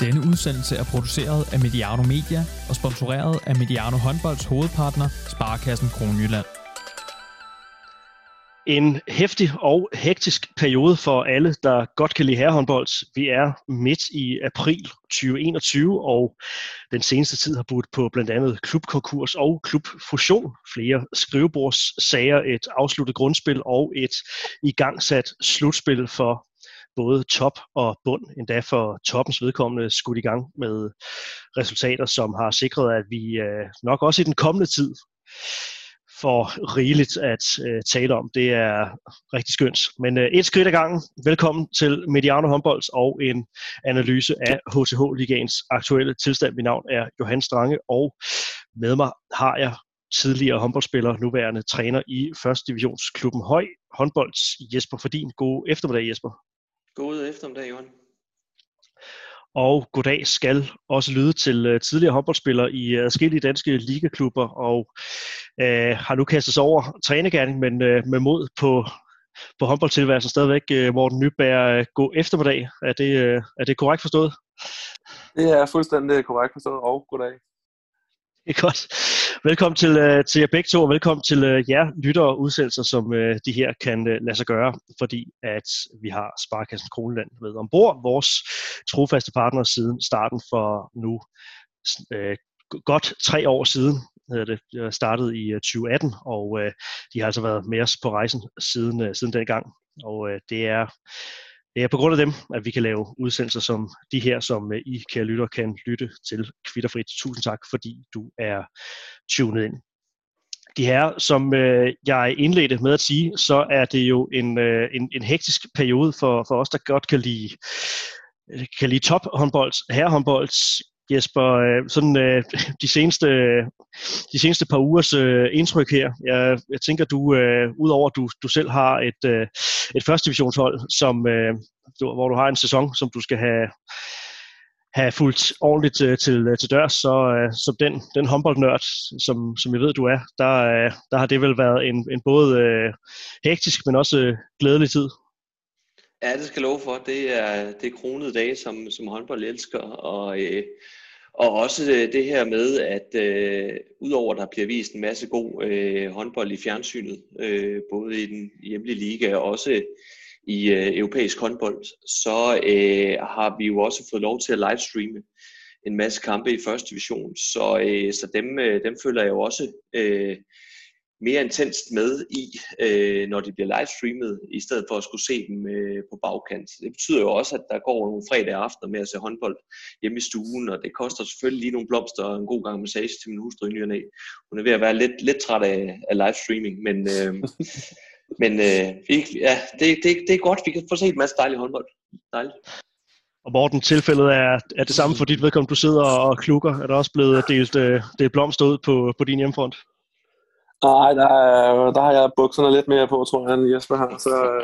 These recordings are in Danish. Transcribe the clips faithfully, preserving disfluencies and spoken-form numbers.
Denne udsendelse er produceret af Mediano Media og sponsoreret af Mediano Håndbolds hovedpartner, Sparekassen Kronjylland. En heftig og hektisk periode for alle, der godt kan lide herrehåndbold. Vi er midt i april tyve enogtyve, og den seneste tid har budt på blandt andet klubkonkurs og klubfusion. Flere skrivebordssager, et afsluttet grundspil og et igangsat slutspil for både top og bund, endda for toppens vedkommende skudt i gang med resultater, som har sikret, at vi nok også i den kommende tid får rigeligt at øh, tale om. Det er rigtig skønt. Men øh, et skridt ad gangen. Velkommen til Mediano Håndbolds og en analyse af H T H-ligaens aktuelle tilstand. Mit navn er Johan Strange, og med mig har jeg tidligere håndboldspiller, nuværende træner i første divisionsklubben Høj Håndbolds, Jesper Fordin. God eftermiddag, Jesper. God eftermiddag, Johan. Og goddag skal også lyde til uh, tidligere håndboldspillere i adskillige uh, danske ligaklubber, og uh, har nu kastet sig over trænergerning, men uh, med mod på, på håndboldtilværelsen stadigvæk. Uh, Morten Nyberg, uh, god eftermiddag. Er det, uh, er det korrekt forstået? Det er fuldstændig korrekt forstået, og goddag. Det er godt. Velkommen til, uh, til jer begge to, og velkommen til uh, jer lyttere og udsendelser, som uh, de her kan uh, lade sig gøre, fordi at vi har Sparekassen Kronjylland med ombord, vores trofaste partner siden starten for nu uh, godt tre år siden. Det er startet i uh, tyve atten, og uh, de har altså været med os på rejsen siden, uh, siden dengang, og uh, det er Det er på grund af dem, at vi kan lave udsendelser som de her, som I, kære lytter, kan lytte til kvitterfrit. Tusind tak, fordi du er tunet ind. De her, som øh, jeg indledte med at sige, så er det jo en, øh, en, en hektisk periode for, for os, der godt kan lide, kan lide tophåndbold, herrehåndbold. Jesper, sådan øh, de seneste de seneste par ugers øh, indtryk her. Jeg, jeg tænker, du øh, udover at du du selv har et øh, et første divisionshold, som øh, du, hvor du har en sæson, som du skal have have fulgt ordentligt øh, til til dørs, så øh, som den den håndboldnørd, som som jeg ved du er, der øh, der har det vel været en en både øh, hektisk, men også øh, glædelig tid. Ja, det skal jeg love for. Det er, det er kronede dage, som, som håndbold elsker, og, øh, og også det her med, at øh, udover at der bliver vist en masse god øh, håndbold i fjernsynet, øh, både i den hjemlige liga og også i øh, europæisk håndbold, så øh, har vi jo også fået lov til at livestreame en masse kampe i første division, så, øh, så dem, øh, dem følger jeg jo også øh, mere intenst med i, øh, når de bliver livestreamet, i stedet for at skulle se dem øh, på bagkant. Det betyder jo også, at der går nogle fredag aftener med at se håndbold hjemme i stuen, og det koster selvfølgelig lige nogle blomster og en god gang massage til min hustru i ny og næ. Hun er ved at være lidt, lidt træt af, af livestreaming, men, øh, men øh, vi, ja, det, det, det er godt, vi kan få set en masse dejlig håndbold. Dejligt. Og Morten, tilfældet er, er det samme for dit vedkommende, du sidder og klukker. Er der også blevet delt, delt blomster ud på, på din hjemmefront? Nej, der, er, der har jeg bukserne lidt mere på, tror jeg, end Jesper har, så øh,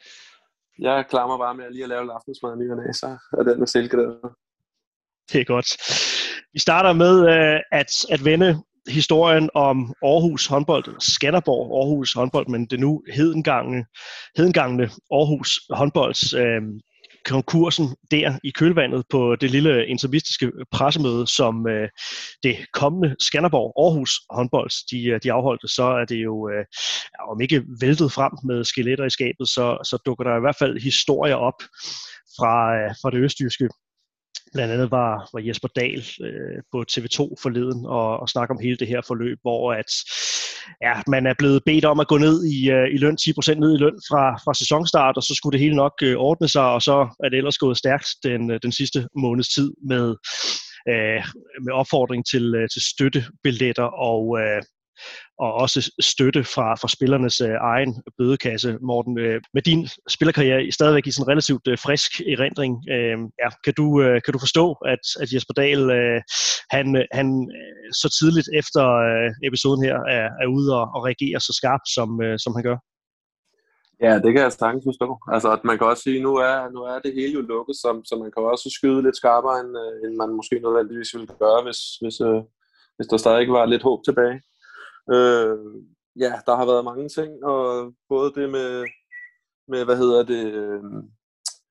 jeg klamrer bare med at lige at lave aftensmad i ny og næ, så er den med silke der. Det er godt. Vi starter med øh, at, at vende historien om Aarhus håndbold, Skanderborg Aarhus håndbold, men det nu hedengangne, hedengangne Aarhus håndbolds øh, konkursen der i kølvandet på det lille interimistiske pressemøde, som øh, det kommende Skanderborg Aarhus håndbold, de, de afholdte, så er det jo, øh, om ikke væltet frem med skeletter i skabet, så, så dukker der i hvert fald historier op fra, øh, fra det østjyske. Blandt andet var, var Jesper Dahl øh, på T V to forleden og, og snakke om hele det her forløb, hvor at, ja, man er blevet bedt om at gå ned i, øh, i løn, ti procent ned i løn fra, fra sæsonstart, og så skulle det hele nok øh, ordne sig, og så er det ellers gået stærkt den, den sidste måneds tid med, øh, med opfordring til, øh, til støttebilletter og øh, og også støtte fra, fra spillernes øh, egen bødekasse. Morten, øh, med din spillerkarriere stadigvæk i sådan relativt øh, frisk erindring, øh, ja, kan, du, øh, kan du forstå, at, at Jesper Dahl, øh, han, han øh, så tidligt efter øh, episoden her er, er ude og, og reagerer så skarpt, som, øh, som han gør? Ja, det kan jeg sagtens forstå. Altså, at man kan også sige, nu er, nu er det hele jo lukket, så, så man kan også skyde lidt skarpere, end, end man måske nødvendigvis ville gøre, hvis, hvis, øh, hvis der stadig var lidt håb tilbage. Øh, ja, der har været mange ting, og både det med, med hvad hedder det, øh,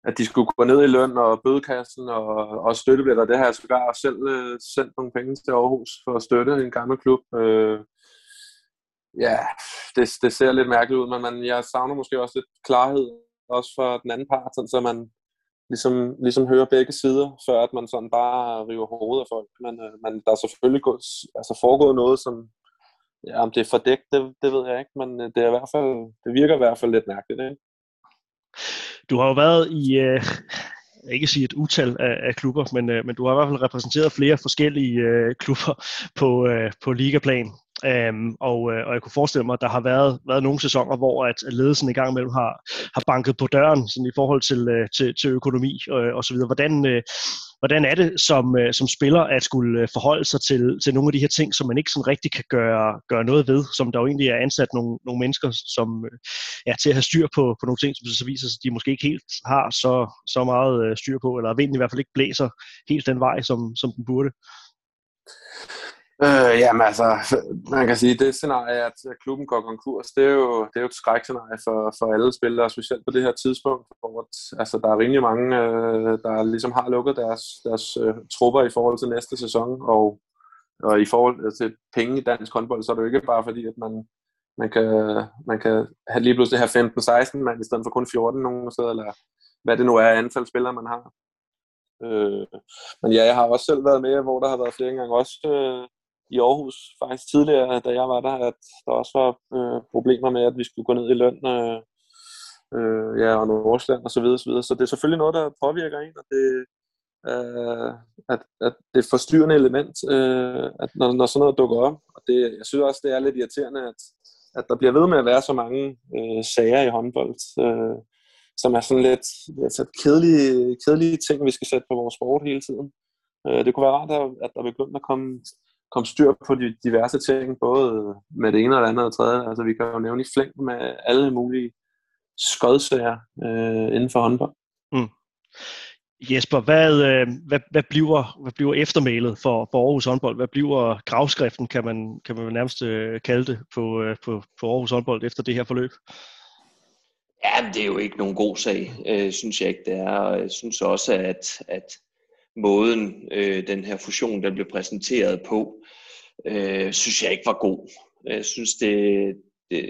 at de skulle gå ned i løn og bødekassen og, og støttebilletter. Det har jeg sågar selv øh, sendt nogle penge til Aarhus for at støtte en gammel klub. Øh, ja, det, det ser lidt mærkeligt ud, men man, jeg savner måske også lidt klarhed, også for den anden part, sådan, så man ligesom, ligesom hører begge sider, før at man sådan bare river hovedet af folk. Men, øh, men der er selvfølgelig gået, altså foregået noget, som, ja, om det er fordækt, det, det ved jeg ikke, men det, er i hvert fald, det virker i hvert fald lidt mærkeligt, ikke? Du har jo været i, øh, ikke sige et utal af, af klubber, men, øh, men du har i hvert fald repræsenteret flere forskellige øh, klubber på, øh, på ligaplan. Um, og, og jeg kunne forestille mig, at der har været, været nogle sæsoner, hvor at ledelsen i gang imellem har, har banket på døren sådan i forhold til, til, til økonomi og, og så videre. Hvordan, hvordan er det som, som spiller at skulle forholde sig til, til nogle af de her ting, som man ikke sådan rigtig kan gøre, gøre noget ved, som der jo egentlig er ansat nogle, nogle mennesker som, ja, til at have styr på, på nogle ting, som så viser sig, at de måske ikke helt har så, så meget styr på, eller vinden i hvert fald ikke blæser helt den vej, som, som den burde? Øh, jamen altså, man kan sige, det scenarie, at klubben går konkurs, det er jo, det er jo et skrækscenarie for, for alle spillere, specielt på det her tidspunkt, hvor altså, der er rimelig mange, øh, der ligesom har lukket deres, deres øh, trupper i forhold til næste sæson, og, og i forhold til penge i dansk håndbold, så er det jo ikke bare fordi, at man, man, kan, man kan have lige pludselig have femten seksten mand, i stedet for kun fjorten nogle steder, eller hvad det nu er, antal spillere man har. Øh, men ja, jeg har også selv været med, hvor der har været flere gange også øh, i Aarhus faktisk tidligere, da jeg var der, at der også var øh, problemer med, at vi skulle gå ned i løn øh, øh, ja, og Nordsjælland og så videre, så videre. Så det er selvfølgelig noget, der påvirker en, og det, øh, at, at det er forstyrrende element, øh, at når, når sådan noget dukker op. Og det, jeg synes også, det er lidt irriterende, at, at der bliver ved med at være så mange øh, sager i håndbold, øh, som er sådan lidt altså kedelige, kedelige ting, vi skal sætte på vores sport hele tiden. Øh, det kunne være rart, at der begyndte at komme kom styr på de diverse ting, både med det ene og det andet og det tredje. Altså, vi kan jo nævne i flæng med alle mulige skodsager øh, inden for håndbold. Mm. Jesper, hvad, hvad, hvad, bliver, hvad bliver eftermælet for, for Aarhus håndbold? Hvad bliver gravskriften, kan man, kan man nærmest kalde det, på, på, på Aarhus håndbold efter det her forløb? Ja, det er jo ikke nogen god sag, øh, synes jeg ikke, det er. Jeg synes også, at, at måden, øh, den her fusion, der blev præsenteret på, øh, synes jeg ikke var god. Jeg synes, det, det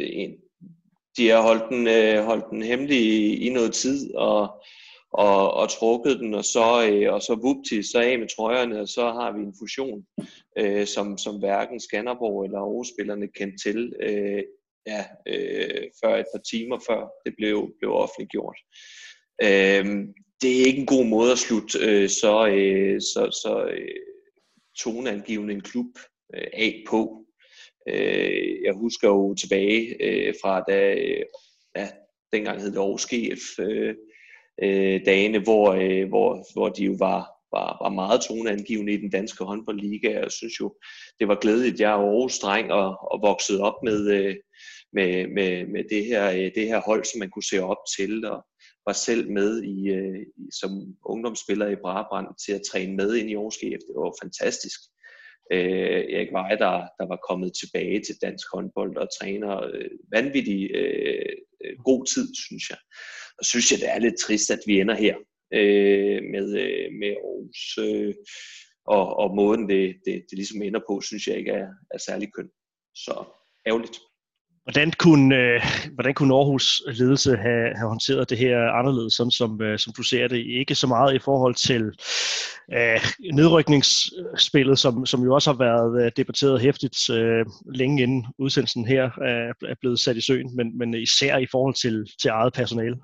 de har holdt den, øh, holdt den hemmelig i, i noget tid, og, og, og trukket den, og så, øh, og så vupti, så af med trøjerne, og så har vi en fusion, øh, som, som hverken Skanderborg eller Aarhus-spillerne kendte til, øh, ja, øh, før et par timer før det blev, blev offentliggjort. Øh, Det er ikke en god måde at slutte øh, så, øh, så, så øh, toneangivende en klub øh, af på. Øh, jeg husker jo tilbage øh, fra da, øh, ja, dengang hed det Aarhus G F øh, øh, dagene, hvor, øh, hvor, hvor de jo var, var, var meget toneangivende i den danske håndboldliga. Jeg synes jo, det var glædeligt. Jeg er Aarhus-dreng og, og voksede op med, øh, med, med, med det, her, øh, det her hold, som man kunne se op til, og var selv med i, øh, som ungdomsspiller i Brabrand til at træne med ind i Aarhus G F. Det var fantastisk. Øh, Erik Veje, der, der var kommet tilbage til dansk håndbold og træner øh, vanvittig øh, god tid, synes jeg. Og synes jeg, det er lidt trist, at vi ender her øh, med, øh, med Aarhus. Øh, og, og måden, det, det, det ligesom ender på, synes jeg ikke er, er særlig køn. Så ærgerligt. Hvordan kunne, øh, hvordan kunne Aarhus ledelse have, have håndteret det her anderledes, sådan som, øh, som du ser det? Ikke så meget i forhold til øh, nedrykningsspillet, som, som jo også har været øh, debatteret hæftigt øh, længe inden udsendelsen her øh, er blevet sat i søen, men, men især i forhold til, til eget personale.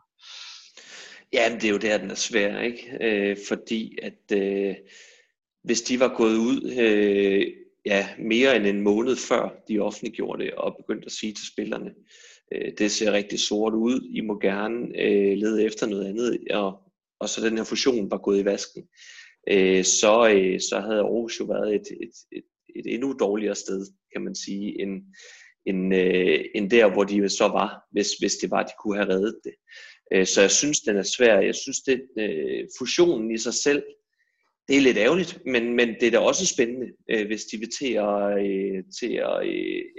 Ja, det er jo der, den er svær, ikke? Øh, fordi at øh, hvis de var gået ud øh, ja, mere end en måned før de offentliggjorde det og begyndte at sige til spillerne, øh, det ser rigtig sort ud, I må gerne øh, lede efter noget andet, og, og så den her fusion var gået i vasken, øh, så, øh, så havde Aarhus jo været et, et, et, et endnu dårligere sted, kan man sige, end, end, øh, end der, hvor de så var, hvis, hvis det var, de kunne have reddet det. Øh, så jeg synes, den er svær. Jeg synes, det øh, fusionen i sig selv, det er lidt ærgerligt, men, men det er da også spændende, øh, hvis de vil til at, øh, til at øh, ja,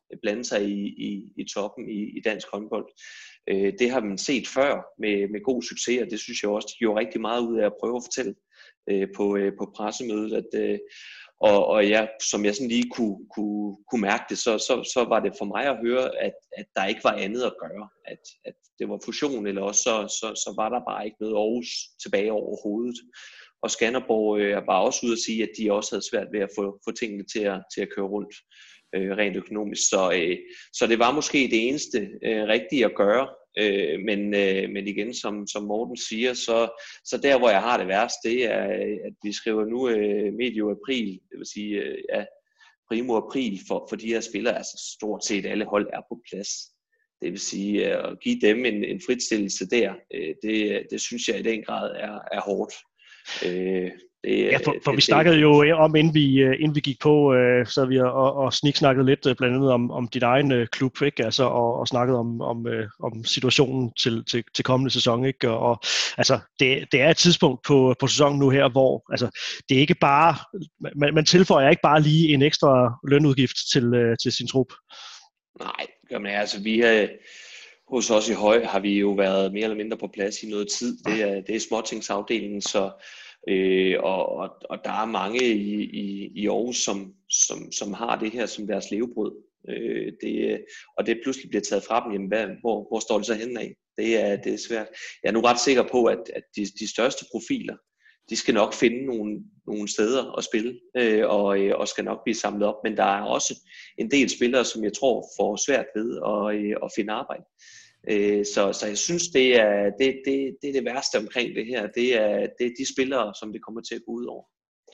blande sig i, i, i toppen i, i dansk håndbold. Øh, det har man set før med, med god succes, og det synes jeg også, de gjorde rigtig meget ud af at prøve at fortælle øh, på, øh, på pressemødet, at øh, Og, og ja, som jeg sådan lige kunne, kunne, kunne mærke det, så, så, så var det for mig at høre, at, at der ikke var andet at gøre. At, at det var fusion, eller også så, så, så var der bare ikke noget Aarhus tilbage overhovedet. Og Skanderborg øh, var også ude at sige, at de også havde svært ved at få, få tingene til at, til at køre rundt øh, rent økonomisk. Så, øh, så det var måske det eneste øh, rigtige at gøre. Øh, men, øh, men igen, som, som Morten siger, så, så der, hvor jeg har det værst, det er, at vi skriver nu øh, medio april, det vil sige, øh, ja, primo april for, for de her spillere, altså stort set alle hold er på plads. Det vil sige, øh, at give dem en, en fritstillelse der, øh, det, det synes jeg i den grad er, er hårdt. Øh, Det, ja, for, for det, vi snakkede det, jo om, inden vi, inden vi gik på, øh, så vi og, og sniksnakkede lidt øh, blandt andet om, om din egen øh, klub, ikke? Altså, og, og snakkede om, om, øh, om situationen til, til, til kommende sæson. Ikke? Og, og altså, det, det er et tidspunkt på, på sæsonen nu her, hvor altså, det er ikke bare, man, man tilføjer ikke bare lige en ekstra lønudgift til, øh, til sin trup. Nej, jamen, altså vi har... Hos os i Høj har vi jo været mere eller mindre på plads i noget tid. Det er, det er småtingsafdelingen, så, øh, og, og, og der er mange i, i, i Aarhus, som, som, som har det her som deres levebrød. Øh, det, og det pludselig bliver taget fra dem, jamen, hvad, hvor, hvor står det så henne af? Det er, det er svært. Jeg er nu ret sikker på, at, at de, de største profiler, de skal nok finde nogle, nogle steder at spille, øh, og, øh, og skal nok blive samlet op. Men der er også en del spillere, som jeg tror får svært ved at, øh, at finde arbejde. Øh, så, så jeg synes, det er det, det, det er det værste omkring det her. Det er, det er de spillere, som det kommer til at gå ud over.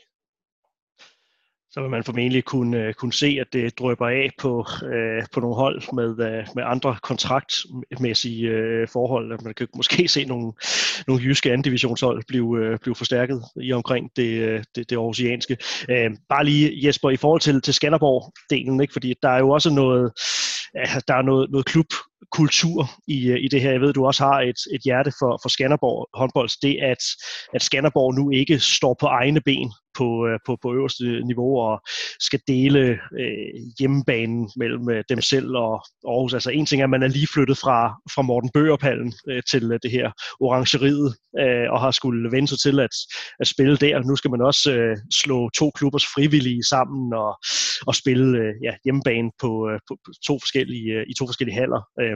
Så vil man formentlig kunne, kunne se, at det drypper af på, øh, på nogle hold med, med andre kontraktmæssige øh, forhold. Man kan måske se nogle, nogle jyske andendivisionshold blive, blive forstærket i omkring det, det, det aarhusianske. Øh, bare lige, Jesper, i forhold til, til Skanderborg-delen, ikke? Fordi der er jo også noget, der er noget, noget klubkultur i, i det her. Jeg ved, du også har et, et hjerte for, for Skanderborg håndbold. Det, at, at Skanderborg nu ikke står på egne ben på, på, på øverste niveau og skal dele øh, hjemmebanen mellem øh, dem selv og Aarhus. Altså en ting er, at man er lige flyttet fra, fra Morten Bøgerpallen øh, til øh, det her orangeriet øh, og har skulle vende sig til at, at spille der. Nu skal man også øh, slå to klubbers frivillige sammen og, og spille øh, ja, hjemmebane på, øh, på to forskellige, øh, i to forskellige haller. Øh,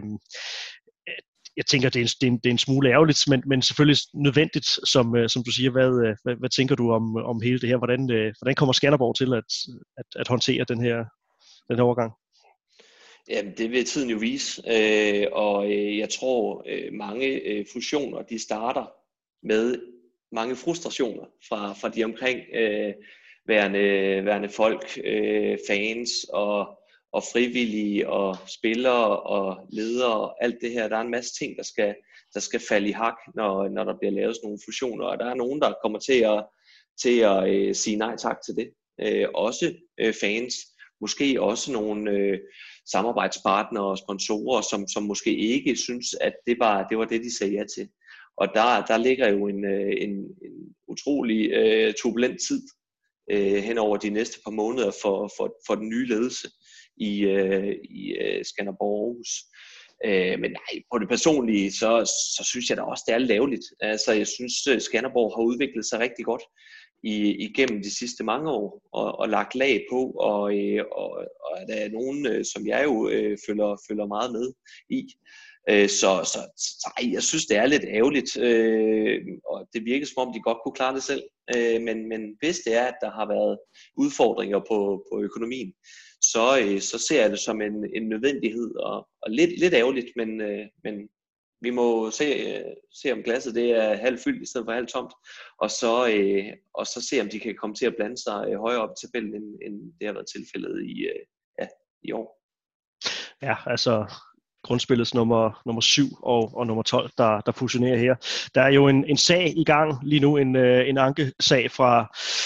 Jeg tænker, det er en, det er en, det er en smule ærgerligt, men, men selvfølgelig nødvendigt, som, som du siger. Hvad, hvad, hvad tænker du om, om hele det her? Hvordan, hvordan kommer Skanderborg til at, at, at håndtere den her, den her overgang? Jamen, det vil tiden jo vise, øh, og øh, jeg tror, øh, mange øh, fusioner, de starter med mange frustrationer fra, fra de omkring øh, værende, værende folk, øh, fans og og frivillige og spillere og ledere og alt det her. Der er en masse ting, der skal, der skal falde i hak, når, når der bliver lavet sådan nogle fusioner. Og der er nogen, der kommer til at, til at øh, sige nej tak til det. Øh, også øh, fans. Måske også nogle øh, samarbejdspartnere og sponsorer, som, som måske ikke synes, at det var det, var det de sagde ja til. Og der, der ligger jo en, en, en utrolig øh, turbulent tid øh, hen over de næste par måneder for, for, for den nye ledelse i, øh, i øh, Skanderborg Aarhus. Øh, men nej, på det personlige, så, så synes jeg da også, det er laveligt. Altså, jeg synes, Skanderborg har udviklet sig rigtig godt i, igennem de sidste mange år, og, og lagt lag på, og, øh, og, og der er nogen, øh, som jeg jo øh, følger, følger meget med i. Øh, så, så, så ej, jeg synes, det er lidt ærgerligt, øh, og det virker som om, de godt kunne klare det selv. Øh, men, men hvis det er, at der har været udfordringer på, på økonomien, så, øh, så ser jeg det som en, en nødvendighed, og, og lidt, lidt ærgerligt, men, øh, men vi må se, øh, se om glasset det er halvt fyldt i stedet for halvt tomt, og så, øh, og så se om de kan komme til at blande sig øh, højere op i tabellen, end, end det har været tilfældet i, øh, ja, i år. Ja, altså grundspillets nummer, nummer syv og, og nummer tolv, der, der fusionerer her. Der er jo en, en sag i gang lige nu, en, en ankesag fra,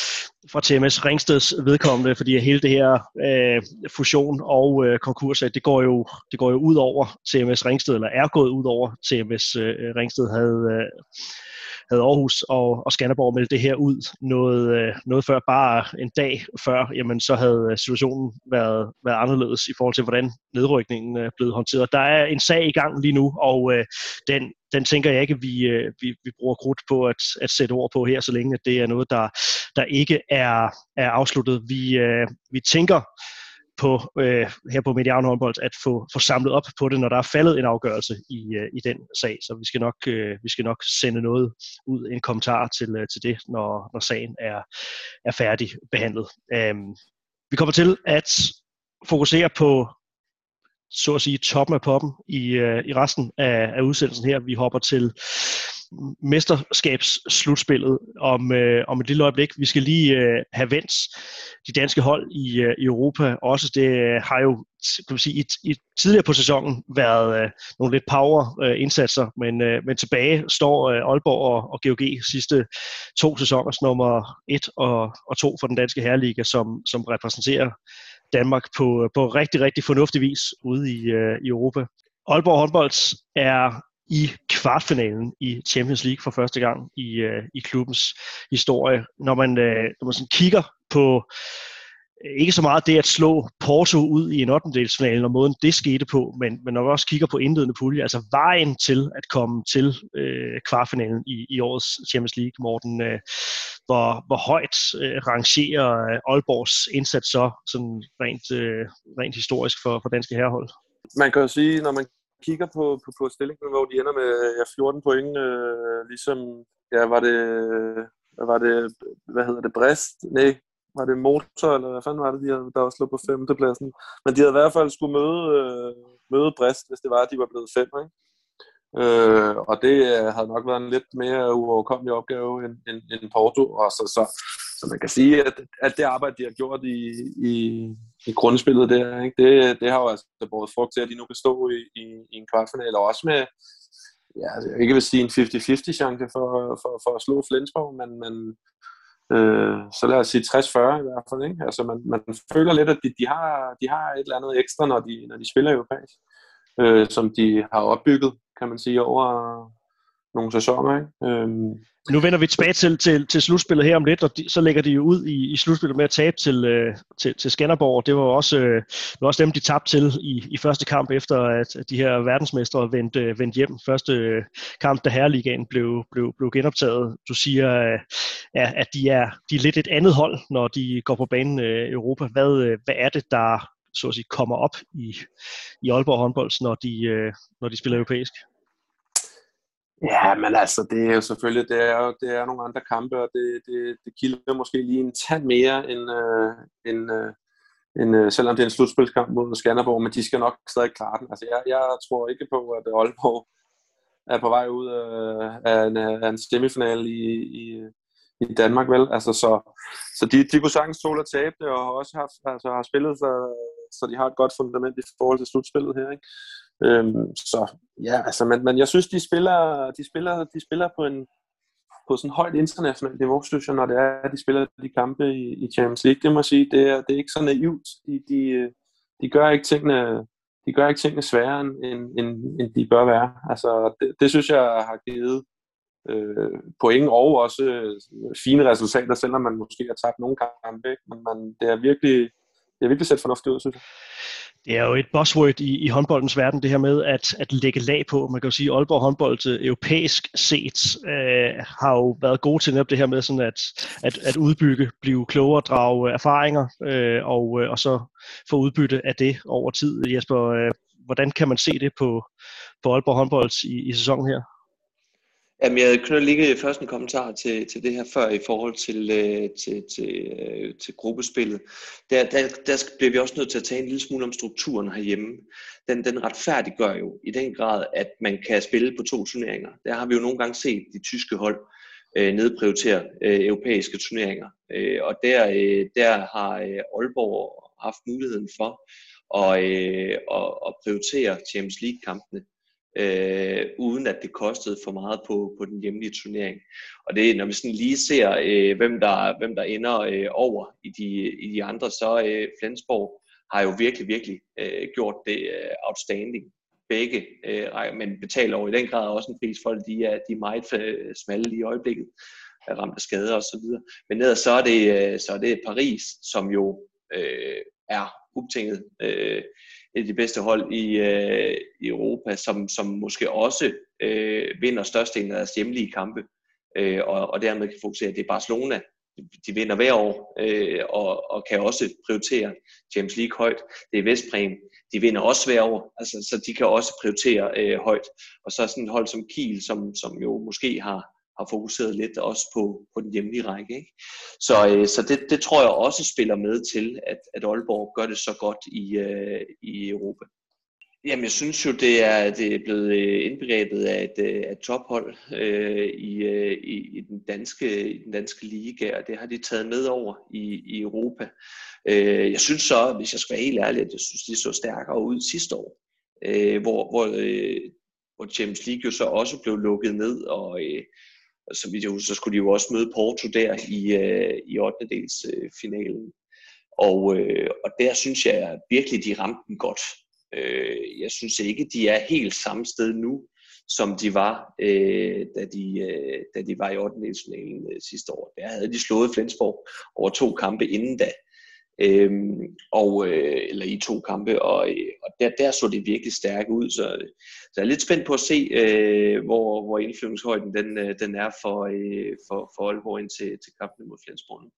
fra T M S Ringsteds vedkommende, fordi hele det her øh, fusion og øh, konkurs, det går jo det går jo ud over T M S Ringsted, eller er gået ud over T M S øh, Ringsted. Havde øh, havde Aarhus og, og Skanderborg meldt det her ud noget, øh, noget før, bare en dag før, jamen så havde situationen været, været anderledes i forhold til, hvordan nedrykningen er blevet håndteret. Der er en sag i gang lige nu, og øh, den, den tænker jeg ikke, vi, øh, vi, vi bruger krudt på at, at sætte ord på her, så længe at det er noget, der, der ikke er, er afsluttet. Vi, øh, vi tænker på, øh, her på Mediano Håndbold at få, få samlet op på det, når der er faldet en afgørelse i, øh, i den sag. Så vi skal nok, øh, vi skal nok sende noget ud, en kommentar til, øh, til det, når, når sagen er, er færdig behandlet. Um, vi kommer til at fokusere på, så at sige, toppen af poppen i, øh, i resten af, af udsendelsen her. Vi hopper til mesterskabsslutspillet om, øh, om et lille øjeblik. Vi skal lige øh, have vendt de danske hold i, øh, i Europa. Også det øh, har jo kan man sige, i, i tidligere på sæsonen været øh, nogle lidt power øh, indsatser, men, øh, men tilbage står øh, Aalborg og, og G O G sidste to sæsoners nummer et og, og to for den danske herreliga, som, som repræsenterer Danmark på, på rigtig, rigtig fornuftig vis ude i, øh, i Europa. Aalborg håndbold er i kvartfinalen i Champions League for første gang i, øh, i klubbens historie. Når man, øh, når man sådan kigger på øh, ikke så meget det at slå Porto ud i en ottendedelsfinale, og måden det skete på, men, men når man også kigger på indledende pulje, altså vejen til at komme til øh, kvartfinalen i, i årets Champions League, Morten, øh, hvor, hvor højt øh, rangerer Aalborgs indsats så sådan rent, øh, rent historisk for, for danske herrehold? Man kan jo sige, når man kigger på, på, på stillingen, hvor de ender med ja, fjorten point, øh, ligesom, ja, var det, var det, hvad hedder det, Brest? Nej, var det Motor, eller hvad fanden var det, de havde, der var slået på femtepladsen? Men de havde i hvert fald skulle møde, øh, møde Brest, hvis det var, at de var blevet fem, ikke? Øh, og det havde nok været en lidt mere uoverkommelig opgave end, end, end Porto, og så, så, så man kan sige, at, at det arbejde, de har gjort i, i, i grundspillet der, ikke, det, det har jo altså båret frugt til, at de nu kan stå i, i, i en kvartfinale, og også med, ja, jeg ikke vil sige en halvtreds halvtreds chance for, for, for at slå Flensborg, men, men øh, så lad os sige tres fyrre i hvert fald, ikke? Altså man, man føler lidt, at de, de, har, de har et eller andet ekstra, når de, når de spiller europæisk, øh, som de har opbygget, kan man sige, over nogle sæsoner, ikke? Øhm. Nu vender vi tilbage til, til, til slutspillet her om lidt, og de, så lægger de jo ud i, i slutspillet med at tabe til, øh, til, til Skanderborg. Det var også, øh, det var også dem, de tabte til i, i første kamp, efter at, at de her verdensmestre vendte, øh, vendte hjem. Første øh, kamp, da herreligaen blev, blev, blev genoptaget. Du siger, øh, at de er, de er lidt et andet hold, når de går på banen i øh, Europa. Hvad, øh, hvad er det, der så at sige, kommer op i, i Aalborg håndbold, når de, øh, når de spiller europæisk? Ja, men altså, det er jo selvfølgelig, det er jo, det er nogle andre kampe, og det, det, det kilder måske lige en tand mere, end, øh, end, øh, end øh, selvom det er en slutspilskamp mod Skanderborg, men de skal nok stadig klare den. Altså, jeg, jeg tror ikke på, at Aalborg er på vej ud af, af, en, af en semifinal i, i, i Danmark, vel? Altså, så, så de, de kunne sagtens tåle at tabe det, og har også haft, altså, har spillet, så, så de har et godt fundament i forhold til slutspillet her, ikke? Øhm, så ja, altså, men, men jeg synes, de spiller, de spiller, de spiller på en på sådan højt internationalt niveau, synes jeg, når det er, at de spiller de kampe i, i Champions League. Det må jeg sige, det er, det er ikke så naivt. De, de, de gør ikke tingene, de gør ikke tingene sværere, end, end, end de bør være. Altså, det, det synes jeg har givet øh, point og også øh, fine resultater, selvom man måske har tabt nogle kampe, ikke? Men man, det er virkelig, det er virkelig set fornuftigt ud, synes jeg. Det er jo et buzzword i, i håndboldens verden, det her med at, at lægge lag på. Man kan jo sige, at Aalborg håndbold europæisk set øh, har jo været gode til netop det her med sådan at, at, at udbygge, blive klogere, drage erfaringer øh, og, øh, og så få udbytte af det over tid. Jesper, øh, hvordan kan man se det på, på Aalborg håndbold i, i sæsonen her? Jamen, jeg kunne lige først en kommentar til, til det her før i forhold til, øh, til, til, øh, til gruppespillet. Der, der, der bliver vi også nødt til at tage en lille smule om strukturen herhjemme. Den, den retfærdiggør jo i den grad, at man kan spille på to turneringer. Der har vi jo nogle gange set de tyske hold øh, nedprioritere øh, europæiske turneringer. Øh, og der, øh, der har øh, Aalborg haft muligheden for at, øh, at, at prioritere Champions League-kampene øh, uden at det kostede for meget på, på den hjemlige turnering. Og det, når vi sådan lige ser, øh, hvem, der, hvem der ender øh, over i de, i de andre, så øh, Flensborg har jo virkelig, virkelig øh, gjort det øh, outstanding. Begge øh, rækker, men betaler over i den grad også en pris for det. De er, de er meget øh, smalle i øjeblikket, er ramt af skader og så videre. Men ned så er det, øh, så er det Paris, som jo øh, er ubetinget øh, et af de bedste hold i, øh, i Europa, som, som måske også øh, vinder størstedelen af deres hjemlige kampe, øh, og, og dermed kan fokusere. Det er Barcelona, de vinder hver år, øh, og, og kan også prioritere Champions League højt. Det er Vestbrem, de vinder også hver år, altså, så de kan også prioritere øh, højt. Og så er sådan et hold som Kiel, som, som jo måske har, har fokuseret lidt også på, på den hjemlige række. Ikke? Så, øh, så det, det tror jeg også spiller med til, at, at Aalborg gør det så godt i, øh, i Europa. Jamen, jeg synes jo, det er, det er blevet indbegrebet af et, af et tophold øh, i, i, i, den danske, i den danske liga, og det har de taget med over i, i Europa. Øh, jeg synes så, hvis jeg skal være helt ærlig, at jeg synes, de så stærkere ud sidste år, øh, hvor, hvor, øh, hvor Champions League jo så også blev lukket ned, og øh, så vidt jeg husker, så skulle de jo også møde Porto der i, øh, i ottendedelsfinalen. Og, øh, og der synes jeg virkelig, de ramte den godt. Jeg synes ikke, de er helt samme sted nu, som de var, øh, da, de, øh, da de var i ottendedelsfinalen øh, sidste år. Der havde de slået Flensborg over to kampe inden da, øh, og, øh, eller i to kampe, og, øh, og der, der så det virkelig stærke ud. Så, så jeg er lidt spændt på at se, øh, hvor, hvor indflyvningshøjden den, den er for, øh, for, for Aalborg ind til, til kampen mod Flensborg.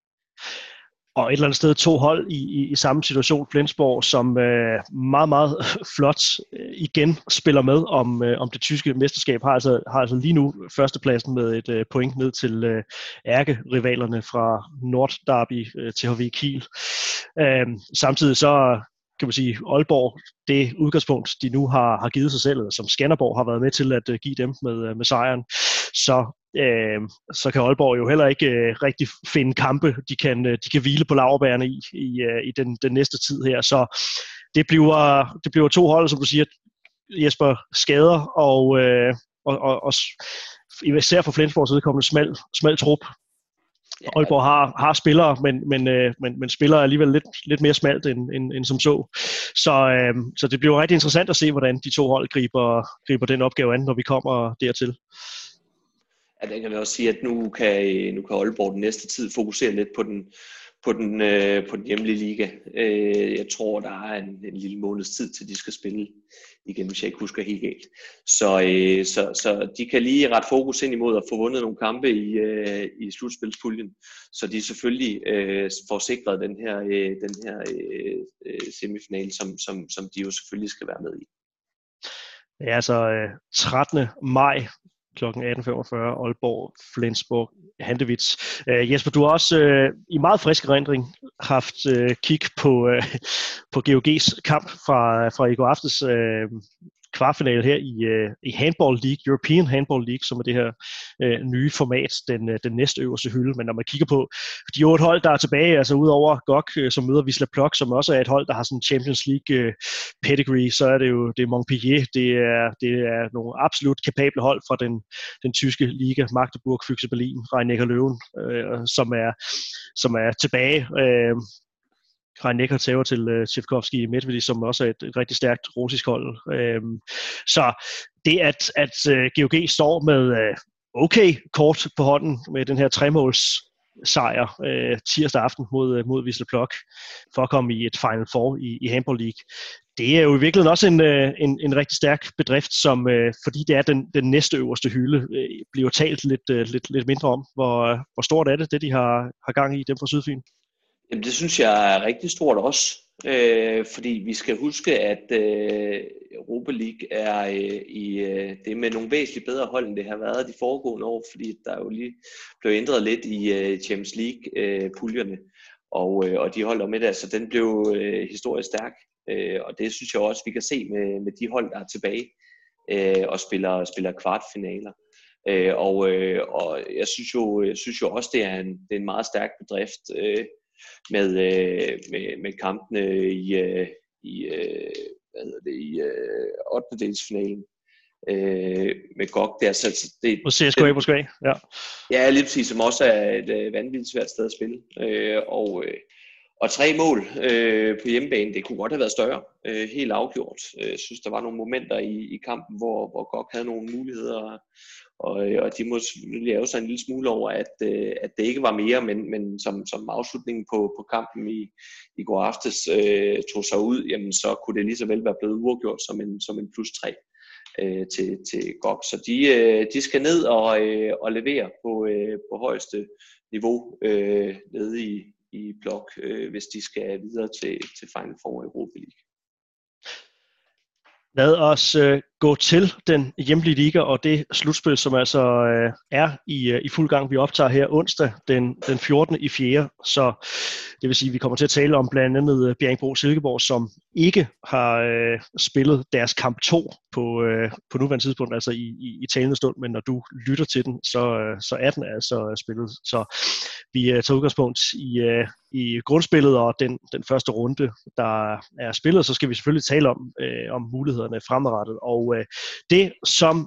Og et eller andet sted to hold i, i, i samme situation, Flensborg, som øh, meget, meget flot øh, igen spiller med om, øh, om det tyske mesterskab, har altså, har altså lige nu førstepladsen med et øh, point ned til øh, ærkerivalerne fra Nordderby øh, til H V Kiel. Øh, samtidig så kan man sige, Aalborg, det udgangspunkt, de nu har, har givet sig selv, eller som Skanderborg har været med til at uh, give dem med, uh, med sejren, så, uh, så kan Aalborg jo heller ikke uh, rigtig finde kampe, de kan, uh, de kan hvile på laurbærene i, i, uh, i den, den næste tid her. Så det bliver, det bliver to hold, som du siger, Jesper, skader, og, uh, og, og, og især for Flensborgs vedkommende smal, smal trup. Ja. Aalborg har, har spillere, men, men, øh, men, men spiller alligevel lidt, lidt mere smalt end, end, end som så. Så, øh, så det bliver rigtig interessant at se, hvordan de to hold griber, griber den opgave an, når vi kommer dertil. Ja, det kan man også sige, at nu kan, nu kan Aalborg den næste tid fokusere lidt på den, på den, øh, på den hjemlige liga. Øh, jeg tror, der er en, en lille måneds tid, til de skal spille igen, hvis jeg ikke husker helt galt. Så, øh, så, så de kan lige ret fokus ind imod at få vundet nogle kampe i, øh, i slutspilspuljen, så de selvfølgelig øh, får sikret den her, øh, den her øh, semifinal, som, som, som de jo selvfølgelig skal være med i. Ja, altså øh, trettende maj klokken atten femogfyrre, Aalborg, Flensborg, Handewitt. Uh, Jesper, du har også uh, i meget frisk erindring haft uh, kig på, uh, på G O G's kamp fra, fra i går aftes uh, kvartfinale her i, uh, i Handball League, European Handball League, som er det her uh, nye format, den, uh, den næste øverste hylde. Men når man kigger på de otte hold, der er tilbage, altså udover G O G, uh, som møder Wisla Plock, som også er et hold, der har sådan en Champions League uh, pedigree, så er det jo det er Montpellier, det er, det er nogle absolut kapable hold fra den, den tyske liga, Magdeburg, Füchse Berlin, Rhein-Neckar Löwen, uh, som, er, som er tilbage. Uh, Rhein-Neckar tæver til uh, Tchaikovsky i Medvedi, som også er et, et rigtig stærkt russisk hold. Øhm, så det, at, at uh, G O G står med uh, okay kort på hånden med den her tremåls sejr uh, tirsdag aften mod, uh, mod Wisla Plock for at komme i et Final Four i, i Handball League, det er jo i virkeligheden også en, uh, en, en rigtig stærk bedrift, som, uh, fordi det er den, den næste øverste hylde, uh, bliver talt lidt, uh, lidt, lidt mindre om. Hvor, uh, hvor stort er det, det de har, har gang i, dem fra Sydfyn? Jamen, det synes jeg er rigtig stort også, øh, fordi vi skal huske, at øh, Europa League er øh, i øh, det er med nogle væsentligt bedre hold, end det har været de foregående år, fordi der jo lige blev ændret lidt i øh, Champions League-puljerne, øh, og, øh, og de hold der med der, så den blev øh, historisk stærk, øh, og det synes jeg også, vi kan se med, med de hold, der er tilbage øh, og spiller, spiller kvartfinaler. Øh, og, øh, og jeg synes jo, jeg synes jo også, det er en, det er en meget stærk bedrift, øh, Med, øh, med, med kampene i, øh, i, øh, hvad hedder det, i øh, ottendedelsfinalen øh, med G O G der. Så det, og C S K A Moskva, ja. Ja, lige præcis, som også er et øh, vanvittigt svært sted at spille. Øh, og, øh, og tre mål øh, på hjemmebane, det kunne godt have været større, øh, helt afgjort. Jeg synes, der var nogle momenter i, i kampen, hvor, hvor G O G havde nogle muligheder, og, og de må selvfølgelig lave sig en lille smule over, at, øh, at det ikke var mere, men, men som, som afslutningen på, på kampen i, i går aftes øh, tog sig ud, jamen, så kunne det lige så vel være blevet uafgjort som en, som en plus tre. Øh, til, til G O G. Så de, øh, de skal ned og, øh, og levere på, øh, på højeste niveau øh, nede i, i blok, øh, hvis de skal videre til, til Final Four i Europa League. Lad os øh, gå til den hjemlige liga og det slutspil, som altså øh, er i, øh, i fuld gang. Vi optager her onsdag den, den fjortende i fjerde, så det vil sige, at vi kommer til at tale om blandt andet Bjerringbro-Silkeborg, som ikke har øh, spillet deres kamp to på, øh, på nuværende tidspunkt, altså i, i, i talende stund, men når du lytter til den, så, øh, så er den altså spillet. Så vi øh, tager udgangspunkt i, øh, i grundspillet og den, den første runde, der er spillet, så skal vi selvfølgelig tale om, øh, om mulighederne fremadrettet. Og øh, det, som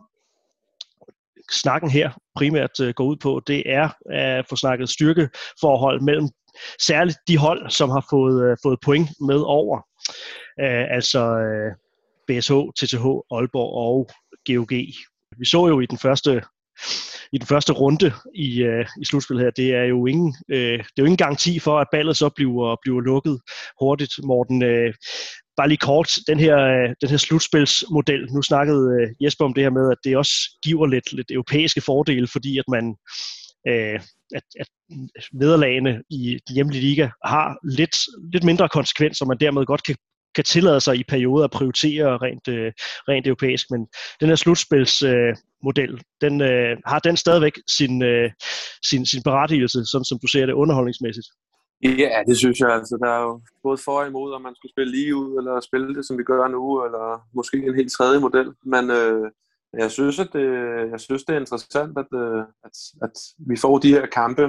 snakken her primært øh, går ud på, det er at få snakket styrkeforhold mellem særligt de hold, som har fået, øh, fået point med over. Øh, altså øh, B S H, T T H, Aalborg og G O G. Vi så jo i den første i den første runde i, øh, i slutspillet her, det er jo ingen øh, det er jo ingen garanti for, at ballet så bliver, bliver lukket hurtigt. Morten, øh, bare lige kort, den her, øh, den her slutspilsmodel, nu snakkede øh, Jesper om det her med, at det også giver lidt, lidt europæiske fordele, fordi at man øh, at, at nederlagene i den hjemlige liga har lidt, lidt mindre konsekvenser, man dermed godt kan kan tillade sig i perioder at prioritere rent, øh, rent europæisk, men den her slutspilsmodel, øh, den øh, har den stadigvæk sin, øh, sin, sin berettigelse, sådan som du ser det underholdningsmæssigt? Ja, det synes jeg. Altså, der er jo både for og imod, om man skulle spille lige ud, eller spille det, som vi gør nu, eller måske en helt tredje model. Men øh, jeg synes, at det, jeg synes, det er interessant, at, øh, at, at vi får de her kampe,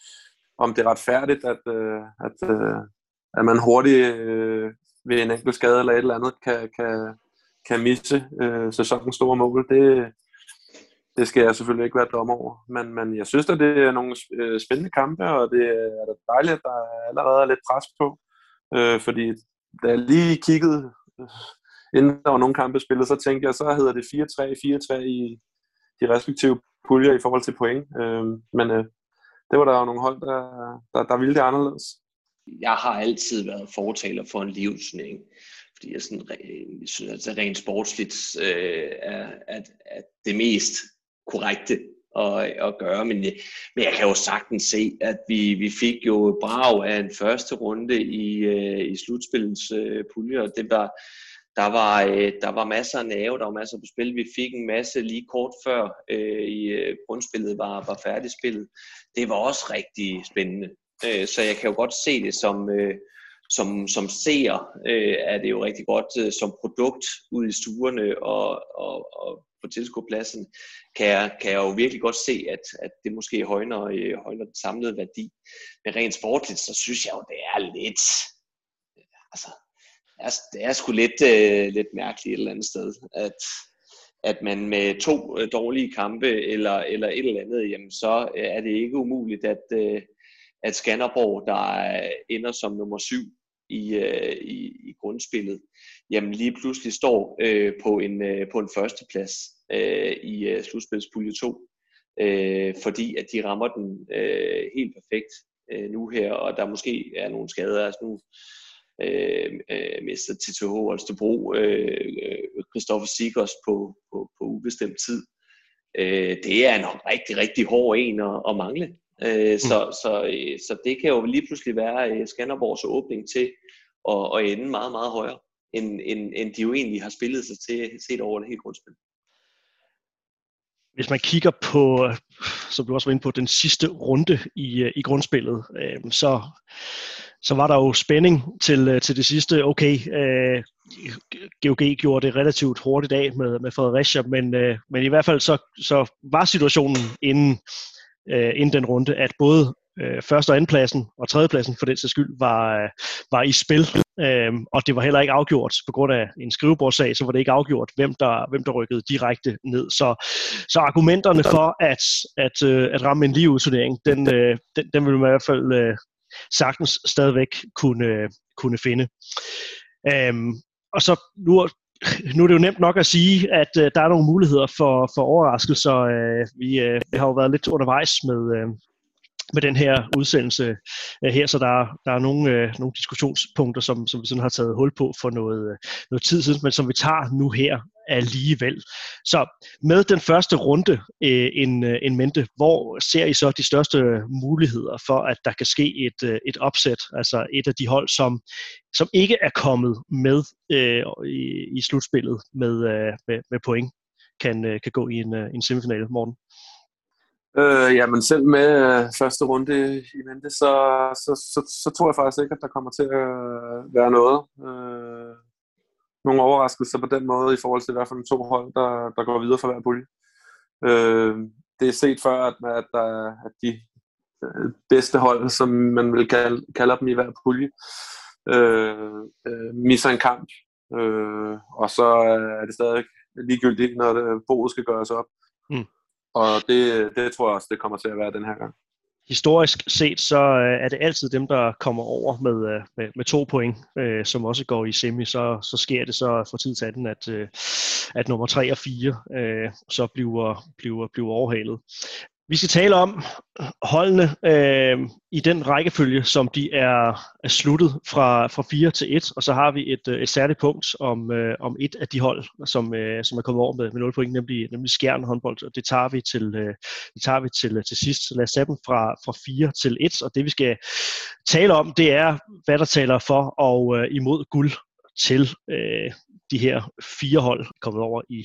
om det er retfærdigt, at, øh, at, øh, at man hurtigt øh, ved en enkelt skade eller et eller andet kan, kan, kan misse øh, sæsonens store mål. Det, det skal jeg selvfølgelig ikke være dommer over. Men, men jeg synes, at det er nogle spændende kampe, og det er da dejligt, at der allerede er lidt pres på. Øh, fordi da jeg lige kiggede, inden der var nogle kampe spillet, så tænkte jeg, så hedder det fire tre, fire tre i de respektive puljer i forhold til point. Øh, men øh, det var der jo nogle hold, der, der, der ville det anderledes. Jeg har altid været fortaler for en livsnæring, fordi jeg, sådan, jeg synes, at rent sportsligt øh, er at, at det mest korrekte at, at gøre. Men, men jeg kan jo sagtens se, at vi, vi fik jo brag af en første runde i, øh, i slutspillens øh, puljer. Det var, der, var, øh, der var masser af nerve, der var masser på spil. Vi fik en masse lige kort før øh, i øh, grundspillet var, var færdigspillet. Det var også rigtig spændende. Så jeg kan jo godt se det som, øh, som, som seer, øh, er det jo rigtig godt øh, som produkt ud i stuerne og, og, og på tilskuerpladsen, kan jeg, kan jeg jo virkelig godt se, at, at det måske højner, øh, højner den samlede værdi. Men rent sportligt, så synes jeg jo, det er lidt, altså, det er, det er sgu lidt, øh, lidt mærkeligt et eller andet sted, at, at man med to dårlige kampe eller, eller et eller andet, jamen, så er det ikke umuligt, at øh, at Skanderborg, der ender som nummer syv i, øh, i, i grundspillet, jamen lige pludselig står øh, på, en, øh, på en førsteplads øh, i øh, slutspilspulje to, øh, fordi at de rammer den øh, helt perfekt øh, nu her, og der måske er nogle skader. Altså nu øh, øh, mister T T H Holstebro øh, Christoffer Sigers på, på, på ubestemt tid. Øh, det er en rigtig, rigtig hård en at, at mangle. Øh, så, mm. så, så det kan jo lige pludselig være Skanderborgs åbning til at, at ende meget, meget højere, end, end, end de jo egentlig har spillet sig til set over det hele grundspil. Hvis man kigger på, som du også var inde på, den sidste runde i, i grundspillet, øh, så, så var der jo spænding til, til det sidste. Okay, øh, G O G gjorde det relativt hurtigt af med, med Fredericia, men, øh, men i hvert fald så, så var situationen inden, øh, inden den runde, at både øh, første- og andenpladsen og tredjepladsen for den sags skyld var, øh, var i spil. Øhm, og det var heller ikke afgjort på grund af en skrivebordssag, så var det ikke afgjort, hvem der, hvem der rykkede direkte ned. Så, så argumenterne for at, at, øh, at ramme en ligeudturnering, den, øh, den, den vil man i hvert fald øh, sagtens stadigvæk kunne, øh, kunne finde. Øhm, og så nu, nu er det jo nemt nok at sige, at øh, der er nogle muligheder for, for overraskelser. Øh, vi, øh, vi har jo været lidt undervejs med... Øh, med den her udsendelse uh, her, så der, der er nogle, uh, nogle diskussionspunkter, som, som vi sådan har taget hul på for noget, uh, noget tid siden, men som vi tager nu her alligevel. Så med den første runde uh, en, uh, en mente, hvor ser I så de største muligheder for, at der kan ske et, uh, et opsæt, altså et af de hold, som, som ikke er kommet med uh, i, i slutspillet med, uh, med, med point, kan, uh, kan gå i en, uh, en semifinale, Morten? Øh, ja, men selv med øh, første runde i mente, så, så, så, så tror jeg faktisk ikke, at der kommer til at være noget. Øh, nogle overraskelser på den måde i forhold til, hvad for de to hold, der, der går videre for hver pulje. Øh, det er set før, at, at, der, at de bedste hold, som man vil kalde, kalde dem i hver pulje, øh, øh, misser en kamp. Øh, og så er det stadig ligegyldigt, når det, boet skal gøres op. Mm. Og det, det tror jeg også, det kommer til at være den her gang. Historisk set, så er det altid dem, der kommer over med, med, med to point, øh, som også går i semi. Så, så sker det så fra tid til anden, at, øh, at nummer tre og fire øh, så bliver, bliver, bliver overhalet. Vi skal tale om holdene øh, i den rækkefølge, som de er, er sluttet fra, fra fire til et, og så har vi et, et særligt punkt om, øh, om et af de hold, som, øh, som er kommet over med, med nul point, nemlig, nemlig Skjern håndbold, og det tager vi til, øh, det tager vi til, til sidst. Så lad os tage dem fra, fra fire til et, og det vi skal tale om, det er, hvad der taler for og øh, imod guld til øh, de her fire hold, kommet over i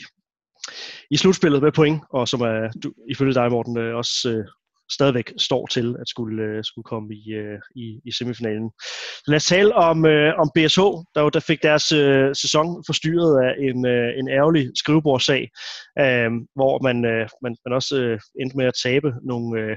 i slutspillet med point, og som er, du, ifølge dig, Morten, også øh, stadigvæk står til at skulle, øh, skulle komme i, øh, i, i semifinalen. Så lad os tale om, øh, om B S H, der, jo, der fik deres øh, sæson forstyrret af en, øh, en ærgerlig skrivebordssag, øh, hvor man, øh, man, man også øh, endte med at tabe nogle... Øh,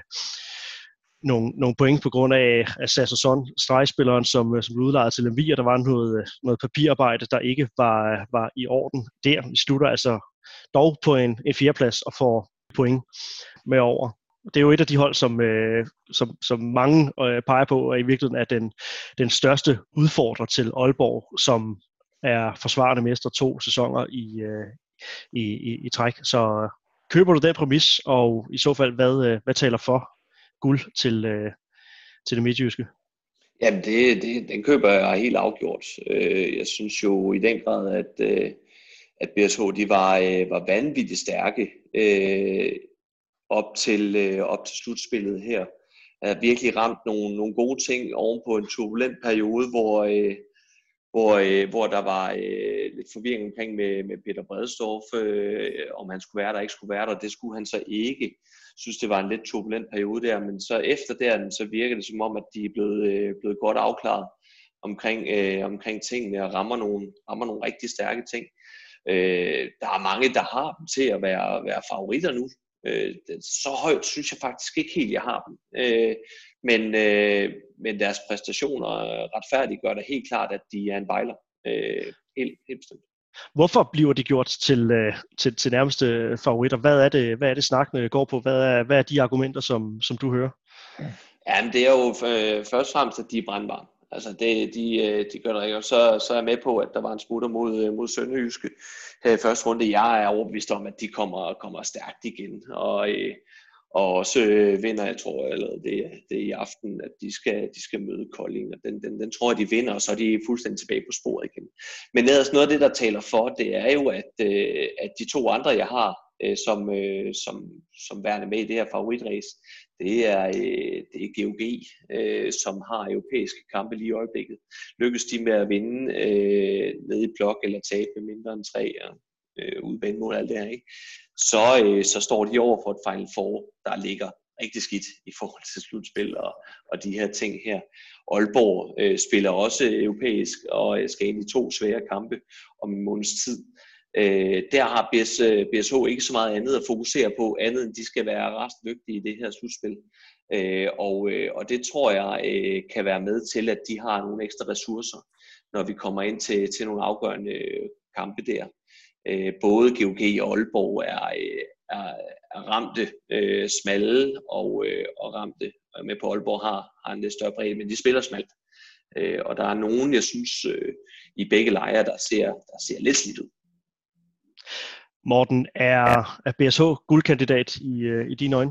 Nogle, nogle point på grund af, af Sasson, stregspilleren, som, som blev udlejet til Lemvig, og der var noget, noget papirarbejde, der ikke var, var i orden der. Vi slutter altså dog på en, en fjerdeplads og får point med over. Det er jo et af de hold, som, øh, som, som mange øh, peger på, at i virkeligheden er den, den største udfordrer til Aalborg, som er forsvarende mester to sæsoner i, øh, i, i, i træk. Så køber du den præmis, og i så fald, hvad, øh, hvad taler for guld til, øh, til det midtjyske? Jamen, det, det, den køber jeg helt afgjort. Jeg synes jo i den grad, at, at B S H de var, var vanvittigt stærke op til, op til slutspillet her. Jeg har virkelig ramt nogle, nogle gode ting oven på en turbulent periode, hvor, hvor, hvor der var lidt forvirring omkring med, med Peter Bredsdorf, om han skulle være der, ikke skulle være der. Det skulle han så ikke. Jeg synes, det var en lidt turbulent periode der, men så efter der, så virker det som om, at de er blevet, øh, blevet godt afklaret omkring, øh, omkring tingene og rammer nogle, rammer nogle rigtig stærke ting. Øh, der er mange, der har dem til at være, være favoritter nu. Øh, så højt synes jeg faktisk ikke helt, jeg har dem. Øh, men, øh, men deres præstationer retfærdigt gør det helt klart, at de er en bejler. Øh, helt, helt bestemt. Hvorfor bliver de gjort til, til, til nærmeste favoritter? Hvad er det, hvad er det snakkene går på? Hvad er, hvad er de argumenter, som, som du hører? Ja, men det er jo øh, først og fremmest, at de er brandbare. Altså, det, de, de gør det rigtigt. Og så, så er jeg med på, at der var en smutter mod, mod Sønderjyske her i første runde. Jeg er overbevist om, at de kommer, kommer stærkt igen. Og, øh, og også øh, vinder, jeg tror, eller det, det er i aften, at de skal, de skal møde Kolding. Og den, den, den tror jeg, de vinder, og så er de fuldstændig tilbage på sporet igen. Men ellers noget af det, der taler for, det er jo, at, øh, at de to andre, jeg har, øh, som, øh, som, som værende med i det her favoritrace, det er, øh, det er G O G, øh, som har europæiske kampe lige i øjeblikket. Lykkes de med at vinde øh, nede i blok eller tabe med mindre end tre og øh, udbanemål og alt det her, ikke? Så, øh, så står de over for et Final Four, der ligger rigtig skidt i forhold til slutspil og, og de her ting her. Aalborg øh, spiller også europæisk og skal ind i to svære kampe om en måneds tid. Øh, der har B S, B S H ikke så meget andet at fokusere på, andet end de skal være restdygtige i det her slutspil. Øh, og, øh, og det tror jeg øh, kan være med til, at de har nogle ekstra ressourcer, når vi kommer ind til, til nogle afgørende øh, kampe der. Øh, både G O G og Aalborg er, øh, er, er ramte øh, smalle, og, øh, og ramte med på Aalborg har, har en lidt større bredde, men de spiller smalt. Øh, og der er nogen, jeg synes, øh, i begge lejre, der ser, der ser lidt slidt ud. Morten, er, er B S H guldkandidat i, øh, i dine øjne?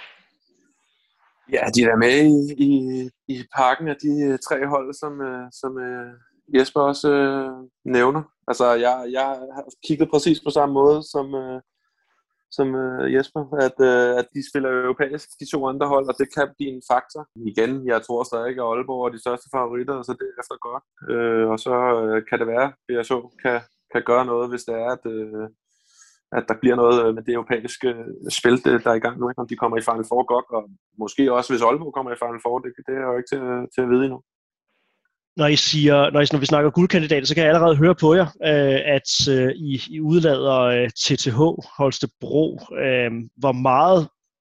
Ja, de er med i, i, i pakken af de tre hold, som, som Jesper også øh, nævner. Altså, jeg, jeg har kigget præcis på samme måde som, øh, som øh, Jesper, at, øh, at de spiller europæisk, de to andre hold, og det kan blive en faktor. Igen, jeg tror stadig, at Aalborg er de største favoritter, og så derefter godt. Øh, og så øh, kan det være, at B S H kan, kan gøre noget, hvis det er, at... Øh, at der bliver noget med det europæiske spil, der er i gang nu, om de kommer i Final Four godt, og måske også hvis Aalborg kommer i Final Four, det, det er jo ikke til, til at vide endnu. Når I siger, når, I, når vi snakker guldkandidater, så kan jeg allerede høre på jer, øh, at øh, I, I udlader øh, T T H Holstebro. Øh, hvor meget,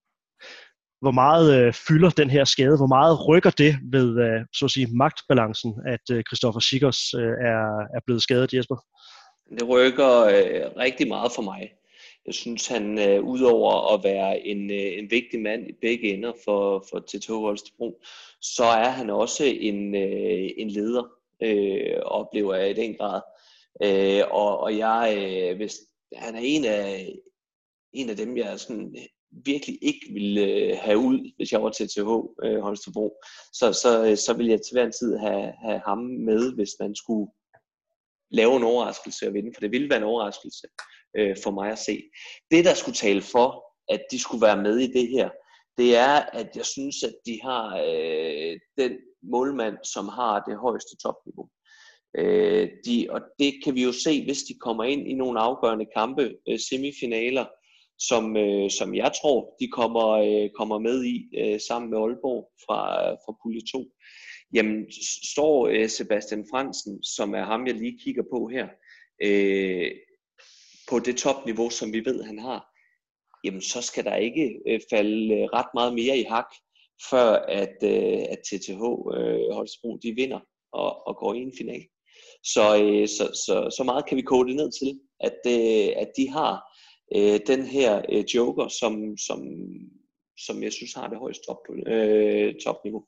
hvor meget øh, fylder den her skade? Hvor meget rykker det ved øh, så at sige, magtbalancen, at øh, Christoffer Sickers øh, er, er blevet skadet, Jesper? Det rykker øh, rigtig meget for mig. Jeg synes, han øh, udover at være en, øh, en vigtig mand i begge ender for, for T T H Holstebro, så er han også en, øh, en leder, øh, oplever jeg i den grad. Øh, og, og jeg, øh, hvis, han er en af, en af dem, jeg sådan virkelig ikke ville have ud, hvis jeg var T T H øh, Holstebro. Så, så, så ville jeg til hver en tid have, have ham med, hvis man skulle lave en overraskelse og vinde, for det ville være en overraskelse øh, for mig at se. Det, der skulle tale for, at de skulle være med i det her, det er, at jeg synes, at de har øh, den målmand, som har det højeste topniveau. Øh, de, og det kan vi jo se, hvis de kommer ind i nogle afgørende kampe, øh, semifinaler, som, øh, som jeg tror, de kommer, øh, kommer med i øh, sammen med Aalborg fra, fra pulje to. Jamen, står øh, Sebastian Fransen, som er ham, jeg lige kigger på her, øh, på det topniveau, som vi ved, han har, jamen, så skal der ikke øh, falde øh, ret meget mere i hak, før at, øh, at T T H øh, Holstebro, de vinder og, og går i en final. Så, øh, så, så, så meget kan vi kode det ned til, at, øh, at de har øh, den her øh, joker, som, som, som jeg synes har det højeste top, øh, topniveau.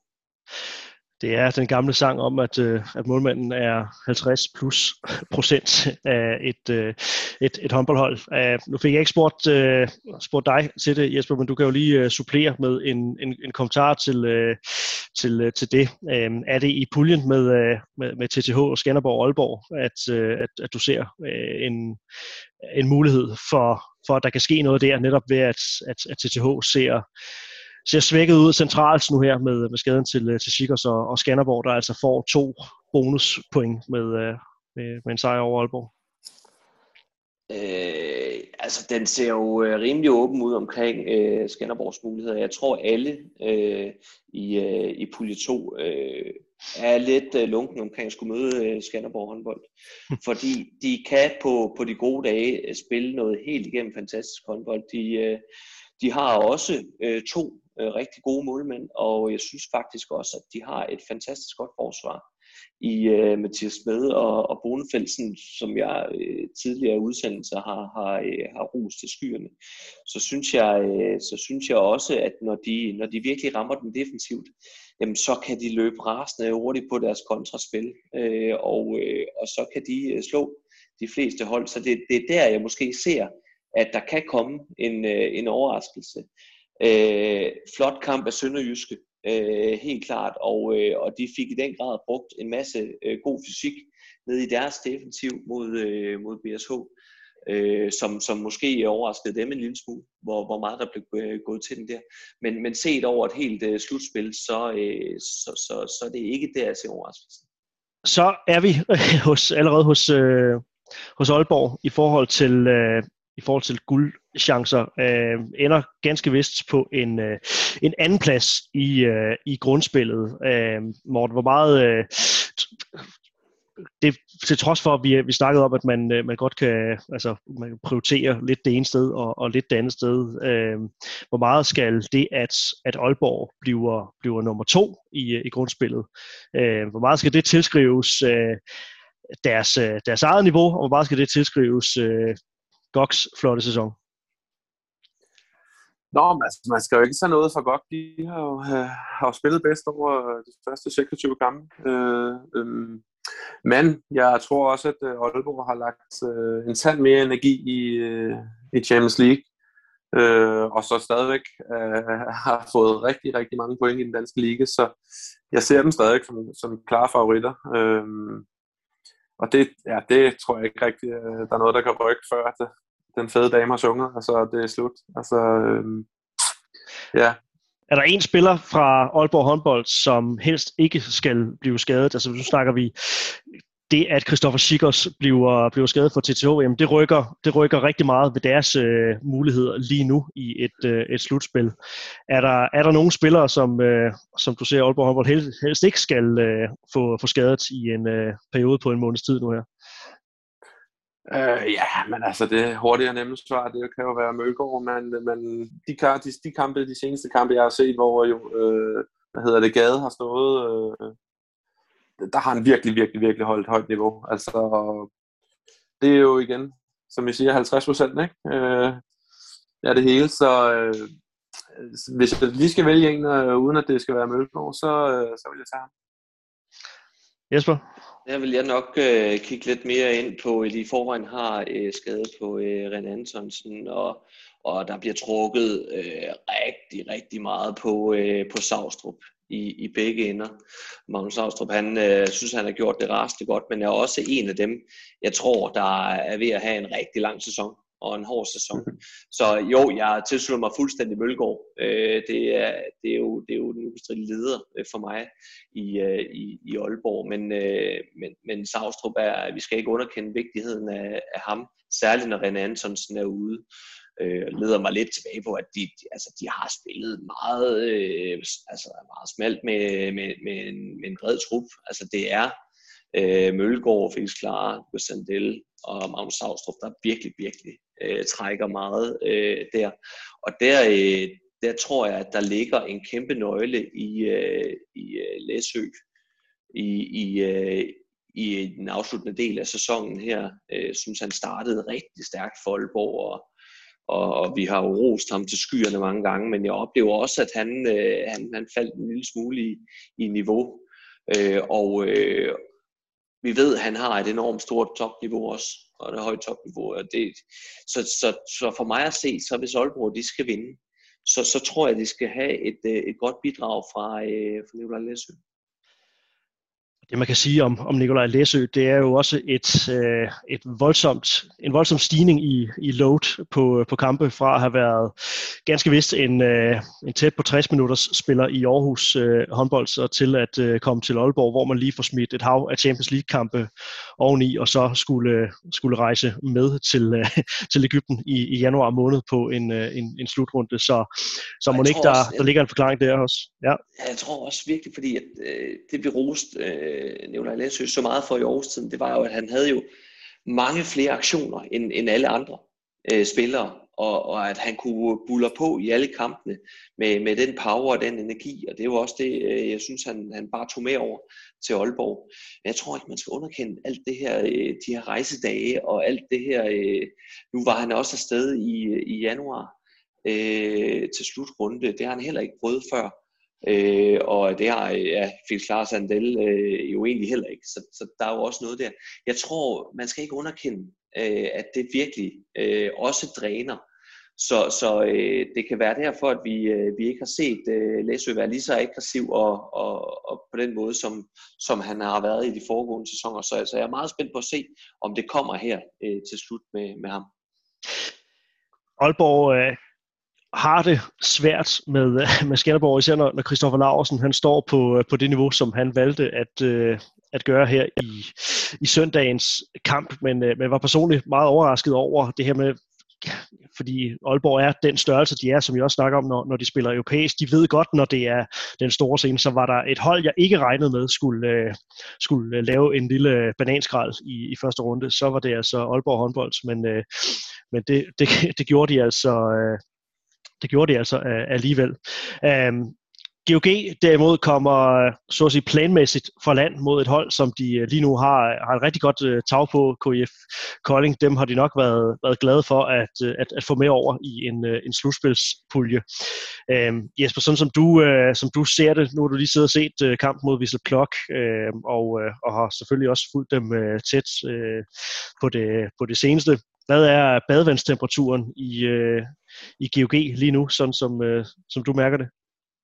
Det er den gamle sang om, at, øh, at målmanden er halvtreds plus procent af et, øh, et, et håndboldhold. Uh, nu fik jeg ikke spurgt, øh, spurgt dig til det, Jesper, men du kan jo lige øh, supplere med en, en, en kommentar til, øh, til, øh, til det. Uh, er det i puljen med, øh, med, med T T H og Skanderborg og Aalborg, at, øh, at, at du ser øh, en, en mulighed for, for, at der kan ske noget der, netop ved, at, at, at T T H ser ser svækket ud centralt nu her med, med skaden til, til Sickers og, og Skanderborg, der altså får to bonuspoint med, med, med en sejr over Aalborg? Øh, altså, den ser jo rimelig åben ud omkring øh, Skanderborgs muligheder. Jeg tror, alle øh, i, øh, i pulje to øh, er lidt øh, lunken omkring at skulle møde øh, Skanderborg håndbold. Fordi de kan på, på de gode dage spille noget helt igennem fantastisk håndbold. De, øh, de har også øh, to øh, rigtig gode målmænd, og jeg synes faktisk også, at de har et fantastisk godt forsvar i øh, Mathias Smed og, og Bonefeldsen, som jeg øh, tidligere udsendelser har, har, øh, har rost til skyerne. Så synes jeg, øh, så synes jeg også, at når de, når de virkelig rammer den defensivt, jamen, så kan de løbe rasende hurtigt på deres kontraspil, øh, og, øh, og så kan de øh, slå de fleste hold. Så det, det er der, jeg måske ser, at der kan komme en, øh, en overraskelse. Øh, flot kamp af Sønderjyske, øh, helt klart, og, øh, og de fik i den grad brugt en masse øh, god fysik ned i deres defensiv mod, øh, mod B S H, øh, som, som måske overraskede dem en lille smule, hvor, hvor meget der blev øh, gået til den der. Men, men set over et helt øh, slutspil, så, øh, så, så, så er det ikke der, jeg ser overraskelsen. Så er vi hos, allerede hos, øh, hos Aalborg i forhold til... Øh i forhold til guldchancer, øh, ender ganske vist på en, øh, en anden plads i, øh, i grundspillet. Øh, Morten, hvor meget, øh, det, til trods for, at vi, vi snakkede om, at man, man godt kan, altså, man kan prioritere lidt det ene sted og, og lidt det andet sted. Øh, hvor meget skal det, at, at Aalborg bliver, bliver nummer to i, i grundspillet, øh, hvor meget skal det tilskrives øh, deres, deres eget niveau, og hvor meget skal det tilskrives øh, G O G's flotte sæson? Nå, men altså, man skal jo ikke tage noget for godt. De har jo, øh, har jo spillet bedst over de første seksogtyve kampe. Øh, øh, men jeg tror også, at Aalborg har lagt øh, en tand mere energi i, øh, i Champions League. Øh, og så stadigvæk øh, har fået rigtig, rigtig mange point i den danske liga. Så jeg ser dem stadig som, som klare favoritter. Øh, og det, ja, det tror jeg ikke rigtigt, der er noget, der kan rykke før det. Den fede dame har sunget, altså det er slut. Altså, øhm, ja. Er der en spiller fra Aalborg håndbold, som helst ikke skal blive skadet? Altså nu snakker vi, det at Christoffer Schickers bliver, bliver skadet for T T H, jamen det rykker, det rykker rigtig meget ved deres øh, muligheder lige nu i et, øh, et slutspil. Er der, er der nogle spillere, som, øh, som du ser Aalborg håndbold helst, helst ikke skal øh, få, få skadet i en øh, periode på en måneds tid nu her? Uh, ja, men altså det hurtige og nemme svar, det kan jo være Mølgaard, men, men de, de, de kampe, de seneste kampe, jeg har set, hvor jo, øh, hvad hedder det, Gade har stået, øh, der har han virkelig, virkelig, virkelig holdt højt niveau. Altså, det er jo igen, som vi siger, halvtreds procent, ikke? Øh, ja, det hele, så øh, hvis jeg lige skal vælge en, øh, uden at det skal være Mølgaard, så, øh, så vil jeg tage ham. Jesper? Der vil jeg nok øh, kigge lidt mere ind på, at de i forvejen har øh, skade på øh, René Antonsen, og, og der bliver trukket øh, rigtig, rigtig meget på, øh, på Saustrup i, i begge ender. Magnus Saustrup, han øh, synes, han har gjort det rasende godt, men er også en af dem, jeg tror, der er ved at have en rigtig lang sæson og en hård sæson. Så jo, jeg tilslutter mig fuldstændig Mølgaard. Øh, det, er, det, er jo, det er jo den ubestridelige leder for mig i, i, i Aalborg, men, øh, men, men Saustrup er, vi skal ikke underkende vigtigheden af, af ham, særligt når René Antonsen er ude. Øh, leder mig lidt tilbage på, at de, de, altså, de har spillet meget, øh, altså, meget smalt med, med, med, en, med en bred trup. Altså det er øh, Mølgaard, Felix Klare, Sandel og Magnus Saustrup, der virkelig, virkelig øh, trækker meget øh, der. Og der, øh, der tror jeg, at der ligger en kæmpe nøgle i, øh, i øh, Læsø i, i, øh, i den afsluttende del af sæsonen her. Jeg øh, synes, han startede rigtig stærkt for Aalborg, og, og, og vi har jo rost ham til skyerne mange gange, men jeg oplever også, at han, øh, han, han faldt en lille smule i, i niveau. Øh, og øh, vi ved, at han har et enormt stort topniveau også, og et højt topniveau. Og det, så, så, så for mig at se, så hvis Aalborg de skal vinde, så, så tror jeg, at de skal have et, et godt bidrag fra, øh, fra Nikolaj Læsø. Det man kan sige om, om Nikolaj Læsø, det er jo også et, øh, et voldsomt, en voldsom stigning i, i load på, på kampe, fra at have været ganske vist en, øh, en tæt på tres minutters spiller i Aarhus øh, håndbold, så til at øh, komme til Aalborg, hvor man lige får smidt et hav af Champions League-kampe oveni, og så skulle, skulle rejse med til, øh, til Egypten i, i januar måned på en, øh, en, en slutrunde. Så, så må ikke, der, også, der ligger en forklaring der også. Ja. Jeg tror også virkelig, fordi at, øh, det vi rost øh, Nikolaj Læsø så meget for i årstiden, det var jo, at han havde jo mange flere aktioner end, end alle andre øh, spillere, og, og at han kunne buller på i alle kampene med, med den power og den energi, og det er jo også det, øh, jeg synes, han, han bare tog med over til Aalborg. Men jeg tror ikke, man skal underkende alt det her, øh, de her rejsedage, og alt det her, øh, nu var han også afsted i, i januar øh, til slutrunde, det har han heller ikke prøvet før. Øh, og det har ja, Felix Klare Sandel øh, jo egentlig heller ikke, så, så der er jo også noget der. Jeg tror, man skal ikke underkende, øh, at det virkelig øh, også dræner, så, så øh, det kan være derfor, at vi, øh, vi ikke har set øh, Læsø være lige så aggressiv og, og, og på den måde, som, som han har været i de foregående sæsoner, så altså, jeg er meget spændt på at se, om det kommer her øh, til slut med, med ham. Aalborg øh... har det svært med, med Skanderborg, især når, når Christoffer Laursen han står på, på det niveau, som han valgte at, at gøre her i, i søndagens kamp, men, men var personligt meget overrasket over det her med fordi Aalborg er den størrelse, de er, som jeg også snakker om, når, når de spiller europæisk. De ved godt, når det er den store scene, så var der et hold, jeg ikke regnede med, skulle, øh, skulle lave en lille bananskrald i, i første runde. Så var det altså Aalborg håndbold, men, øh, men det, det, det gjorde de altså, øh, det gjorde de altså øh, alligevel. Um, G O G derimod kommer så at sige planmæssigt fra land mod et hold, som de lige nu har, har et rigtig godt uh, tag på. K I F Kolding, dem har de nok været, været glade for at, at, at få med over i en, en slutspilspulje. Um, Jesper, sådan som du, uh, som du ser det, nu har du lige siddet og set uh, kampen mod Vissel Plock, uh, og, uh, og har selvfølgelig også fulgt dem uh, tæt uh, på, det, på det seneste. Hvad er badevandstemperaturen i, uh, i G O G lige nu, sådan som, uh, som du mærker det?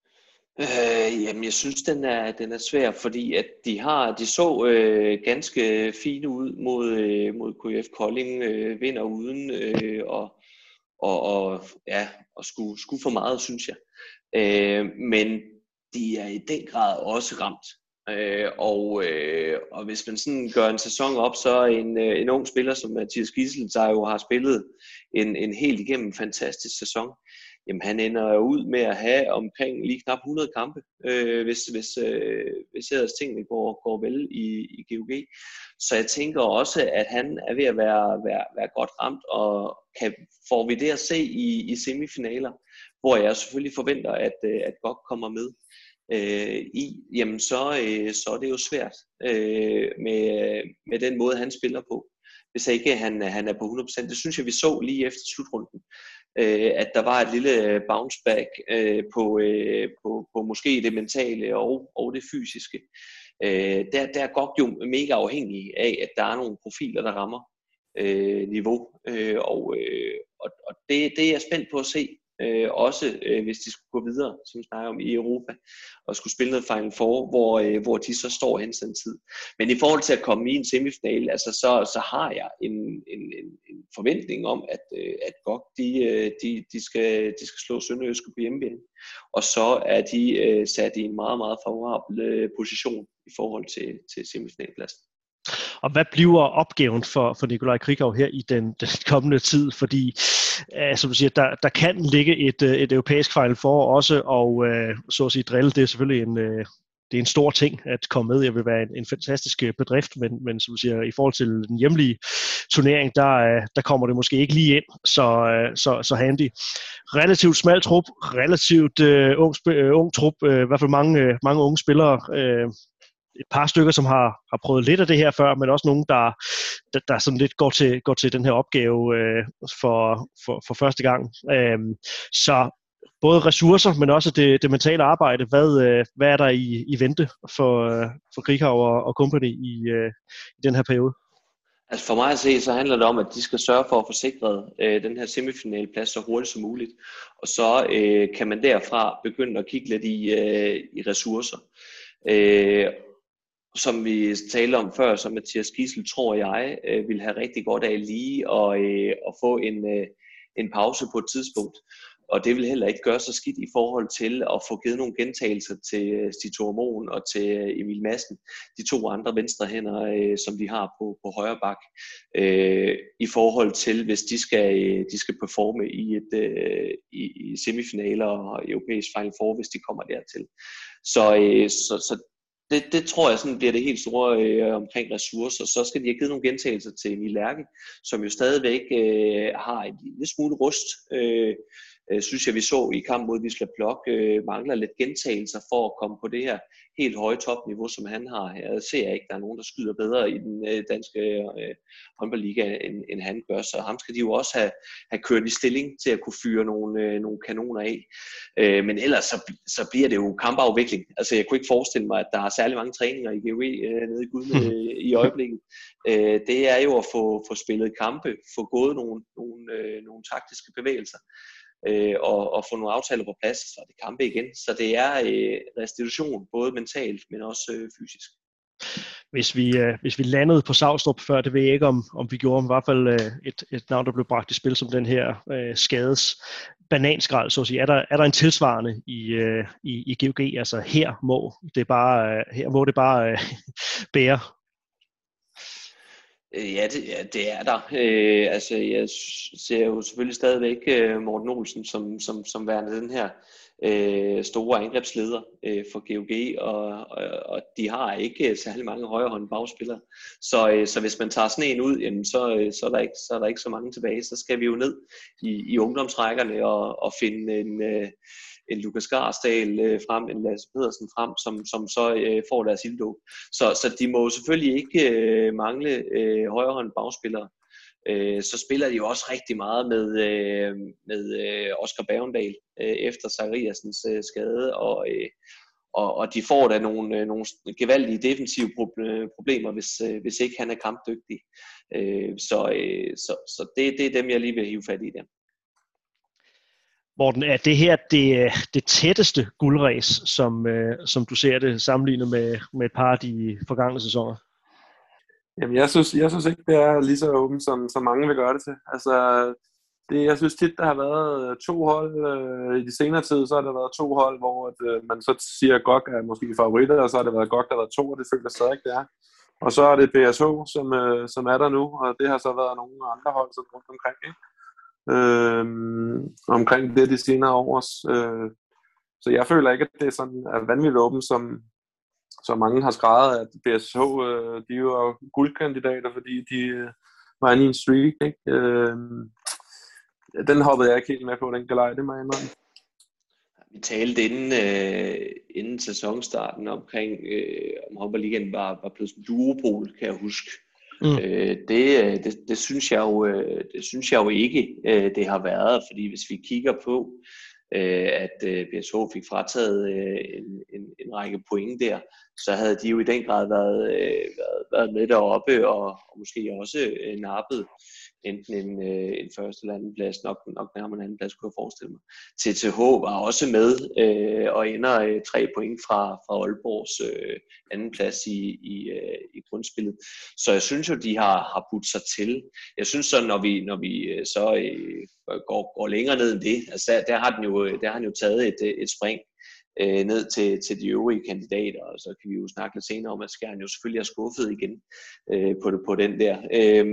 Øh, jamen, jeg synes, den er, den er svær, fordi at de har, de så øh, ganske fine ud mod, øh, mod K I F Kolding, øh, vinder uden øh, og, og, og, ja, og skulle, skulle for meget, synes jeg. Øh, men de er i den grad også ramt. Øh, og, øh, og hvis man sådan gør en sæson op, så en, øh, en ung spiller som Mathias Gissel, der jo har spillet en, en helt igennem fantastisk sæson, jamen han ender ud med at have omkring lige knap hundrede kampe, øh, hvis, hvis, øh, hvis ellers tingene går, går vel i, i G O G. Så jeg tænker også, at han er ved at være, være, være godt ramt, og kan, får vi det at se i, i semifinaler, hvor jeg selvfølgelig forventer, at, at G O G kommer med øh, i, jamen så, øh, så er det jo svært øh, med, med den måde, han spiller på. Hvis ikke han, han er på hundrede procent. Det synes jeg, vi så lige efter slutrunden. Øh, at der var et lille bounce back øh, på, øh, på, på måske det mentale og, og det fysiske. Øh, der, der er G O G jo mega afhængig af, at der er nogle profiler, der rammer øh, niveau. Øh, og øh, og, og det, det er jeg spændt på at se. Øh, også øh, hvis de skulle gå videre, som vi snakker om, i Europa, og skulle spille noget Final Four, hvor, øh, hvor de så står hen til en tid. Men i forhold til at komme i en semifinal, altså, så, så har jeg en, en, en, en forventning om, at, øh, at G O G, de, de, de, skal, de skal slå Sønderjyske på hjemmebane. Og så er de øh, sat i en meget, meget favorabel øh, position i forhold til, til semifinalpladsen. Og hvad bliver opgaven for, for Nikolaj Krikau her i den, den kommende tid? Fordi, øh, som du siger, der, der kan ligge et, et europæisk Final Four også, og øh, så at sige, drille, det er selvfølgelig en, øh, det er en stor ting at komme med. Det vil være en, en fantastisk bedrift, men, men som du siger, i forhold til den hjemlige turnering, der, øh, der kommer det måske ikke lige ind så, øh, så, så handy. Relativt smal trup, relativt øh, ung, øh, ung trup, øh, i hvert fald mange, øh, mange unge spillere, øh, et par stykker, som har, har prøvet lidt af det her før, men også nogen, der, der, der sådan lidt går til, går til den her opgave øh, for, for, for første gang. Øh, så både ressourcer, men også det, det mentale arbejde. Hvad, øh, hvad er der i, i vente for, øh, for Krikau og, og company i, øh, i den her periode? Altså for mig at se, så handler det om, at de skal sørge for at få sikret øh, den her semifinalplads så hurtigt som muligt. Og så øh, kan man derfra begynde at kigge lidt i, øh, i ressourcer. Øh, Som vi talte om før, så Mathias Gissel, tror jeg, øh, vil have rigtig godt af lige at, øh, at få en, øh, en pause på et tidspunkt. Og det vil heller ikke gøre så skidt i forhold til at få givet nogle gentagelser til Stig Thormoen og til Emil Madsen, de to andre venstre hænder, øh, som de har på, på højre bak, øh, i forhold til, hvis de skal, de skal performe i, et, øh, i, i semifinaler og europæisk Final Four, hvis de kommer dertil. Så, øh, så, så Det, det tror jeg sådan bliver det helt store øh, omkring ressourcer. Så skal de have givet nogle gentagelser til Emil Lærke, som jo stadigvæk øh, har en lille smule rust. Øh, øh, synes jeg, vi så i kampen mod Wisla Plock, øh, mangler lidt gentagelser for at komme på det her helt høje topniveau, som han har. Jeg ser ikke, der er nogen, der skyder bedre i den øh, danske øh, håndboldliga, end, end han gør. Så ham skal de jo også have, have kørt i stilling til at kunne fyre nogle, øh, nogle kanoner af. Øh, men ellers så, så bliver det jo kampafvikling. Altså jeg kunne ikke forestille mig, at der er særlig mange træninger i G O E øh, nede i Gudme øh, i øjeblikket. Øh, det er jo at få, få spillet kampe, få gået nogle, nogle, øh, nogle taktiske bevægelser. Øh, og, og få nogle aftaler på plads, så er det kampe igen. Så det er øh, restitution, både mentalt, men også øh, fysisk. Hvis vi, øh, hvis vi landede på Savstrup før, det ved jeg ikke, om, om vi gjorde, i hvert fald øh, et, et navn, der blev bragt i spil som den her øh, skades bananskrald, så at sige. Er der, er der en tilsvarende i, øh, i, i G O G? Altså her må det bare, øh, her må det bare øh, bære. Ja, det, ja, det er der. Øh, altså, jeg ser jo selvfølgelig stadigvæk øh, Morten Olsen som, som, som værende den her øh, store angrebsleder øh, for G O G, og, og, og de har ikke særlig mange højrehåndede bagspillere. Så, øh, så hvis man tager sådan en ud, jamen, så, øh, så, er der ikke, så er der ikke så mange tilbage. Så skal vi jo ned i, i ungdomsrækkerne og, og finde en... Øh, en Lukas Garsdal øh, frem, en Lasse Pedersen frem, som, som så øh, får deres ilddåb. Så, så de må selvfølgelig ikke øh, mangle øh, højrehåndede bagspillere. Øh, så spiller de jo også rigtig meget med, øh, med øh, Oscar Bergendal øh, efter Zachariasens øh, skade, og, øh, og, og de får da nogle, øh, nogle gevaldige defensive problemer, hvis, øh, hvis ikke han er kampdygtig. Øh, så øh, så, så det, det er dem, jeg lige vil hive fat i der. Morten, er det her det, det tætteste guldræs, som, øh, som du ser det sammenlignet med, med et par af de forgangne sæsoner? Jamen, jeg synes, jeg synes ikke, det er lige så åbent, som, som mange vil gøre det til. Altså, det, jeg synes tit, der har været to hold. Øh, I de senere tid, så har der været to hold, hvor at, øh, man så siger, at G O G er måske favoritter, og så har det været G O G, der har været to, og det føler jeg stadig ikke, det er. Og så er det B S H, som, øh, som er der nu, og det har så været nogle andre hold så rundt omkring, ikke? Øh, omkring det de senere års. Øh, så jeg føler ikke, at det er sådan er vanvittigt åbent, som, som mange har skrevet, at B S H, øh, de er jo guldkandidater, fordi de øh, var inde i en streak, ikke? Øh, den hoppede jeg ikke helt med på, den galej, det må jeg indrømme. Vi talte inden, øh, inden sæsonstarten omkring, øh, om håndboldligaen var, var blevet en duopol, kan jeg huske. Mm. Øh, det, det, det, synes jeg jo, det synes jeg jo ikke, øh, det har været, fordi hvis vi kigger på, øh, at øh, B S H fik frataget øh, en, en, en række point der, så havde de jo i den grad været, øh, været, været med deroppe, og, og måske også øh, nappet enten en, øh, en første eller anden plads, nok, nok nærmere en anden plads, kunne jeg forestille mig. T T H var også med øh, og ender øh, tre point fra, fra Aalborgs øh, anden plads i, i, øh, i grundspillet. Så jeg synes jo, de har, har budt sig til. Jeg synes så, når vi, når vi så øh, går, går længere ned end det, altså der, der, har, den jo, der har han jo taget et, et spring øh, ned til, til de øvrige kandidater, og så kan vi jo snakke lidt senere om, at Skjern jo selvfølgelig er skuffet igen øh, på, på den der. Øh,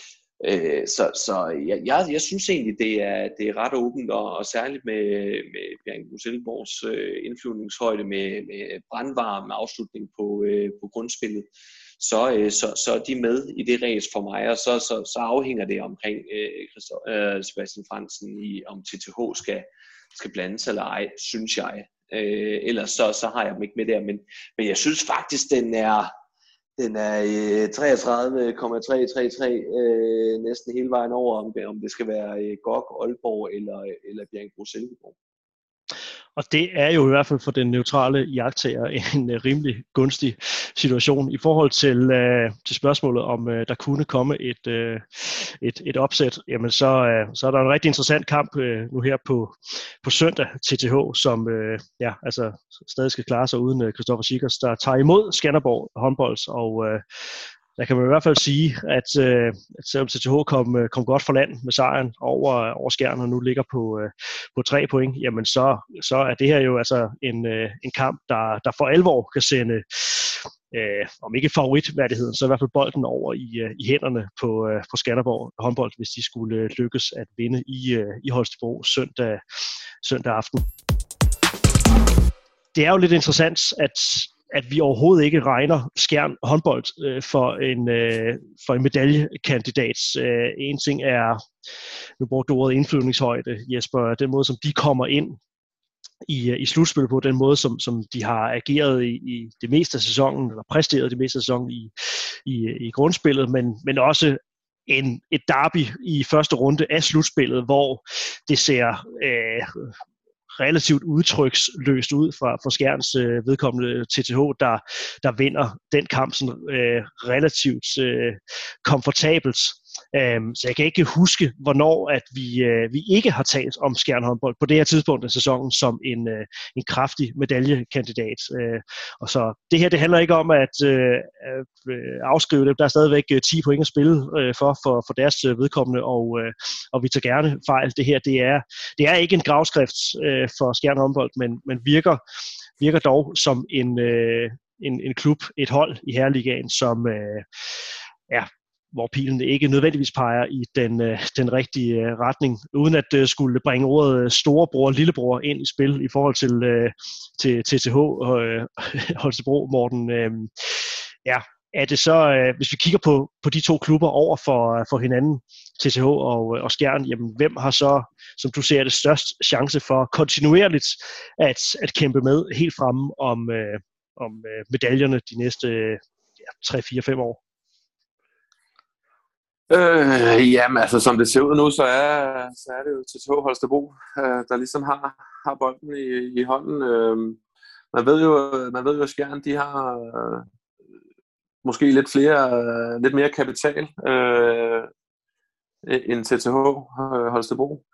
Så, så jeg, jeg, jeg synes egentlig, det er, det er ret åbent, og, og særligt med, med Bjerringbro Silkeborgs øh, indflyvningshøjde med, med brandvarm afslutning på, øh, på grundspillet, så, øh, så, så er de med i det race for mig, og så, så, så afhænger det omkring øh, øh, Sebastian Fransen i, om T T H skal, skal blande sig eller ej, synes jeg. Øh, ellers så, så har jeg dem ikke med der, men, men jeg synes faktisk, den er... Den er øh, treogtredive komma tre tre tre øh, næsten hele vejen over, om det, om det skal være øh, G O G, Aalborg eller, eller Bjerringbro Silkeborg. Og det er jo i hvert fald for den neutrale iagttager en uh, rimelig gunstig situation. I forhold til, uh, til spørgsmålet, om uh, der kunne komme et, uh, et, et opsæt, jamen så, uh, så er der en rigtig interessant kamp uh, nu her på, på søndag, T T H, som uh, ja, altså, stadig skal klare sig uden uh, Christoffer Sikkers, der tager imod Skanderborg håndbolds, og uh, der kan man i hvert fald sige, at, øh, at selvom T T H kom, kom godt for land med sejren over, over Skjern og nu ligger på, øh, på tre point, jamen så, så er det her jo altså en, øh, en kamp, der, der for alvor kan sende, øh, om ikke favoritværdigheden, så i hvert fald bolden over i, øh, i hænderne på, øh, på Skanderborg håndbold, hvis de skulle øh, lykkes at vinde i, øh, i Holstebro søndag, søndag aften. Det er jo lidt interessant, at at vi overhovedet ikke regner Skjern håndbold øh, for, en, øh, for en medaljekandidat. Øh, en ting er, nu brugte du ordet indflyvningshøjde, Jesper, den måde, som de kommer ind i, i slutspillet på, den måde, som, som de har ageret i, i det meste af sæsonen, eller præsteret det meste af sæsonen i, i, i grundspillet, men, men også en, et derby i første runde af slutspillet, hvor det ser øh, relativt udtryksløst ud fra, fra Skjerns øh, vedkommende T T H, der, der vinder den kamp sådan, øh, relativt øh, komfortabelt. Um, så jeg kan ikke huske, hvornår at vi, uh, vi ikke har talt om Skjern håndbold på det her tidspunkt af sæsonen som en, uh, en kraftig medaljekandidat. Uh, og så det her, det handler ikke om at, uh, at uh, afskrive det. Der er stadigvæk uh, ti point at spille uh, for, for, for deres uh, vedkommende, og, uh, og vi tager gerne fejl. Det her, det er, det er ikke en gravskrift uh, for Skjern håndbold, men, men virker, virker dog som en, uh, en, en klub, et hold i Herreligaen, som uh, ja, hvor pilen ikke nødvendigvis peger i den, øh, den rigtige øh, retning, uden at øh, skulle bringe ordet storebror og lillebror ind i spil i forhold til, øh, til T T H og øh, Holstebro, Morten. Øh, ja, er det så, øh, hvis vi kigger på, på de to klubber over for, for hinanden, T T H og, og Skjern, jamen, hvem har så, som du ser, det største chance for kontinuerligt at, at kæmpe med helt fremme om, øh, om øh, medaljerne de næste ja, tre, fire, fem år? Øh, jamen, altså som det ser ud nu, så er, så er det jo T T H Holstebro, øh, der ligesom har, har bolden i, i hånden. Øh, man ved jo, man ved jo, at Skjern, de har øh, måske lidt flere, øh, lidt mere kapital øh, end T T H øh, Holstebro.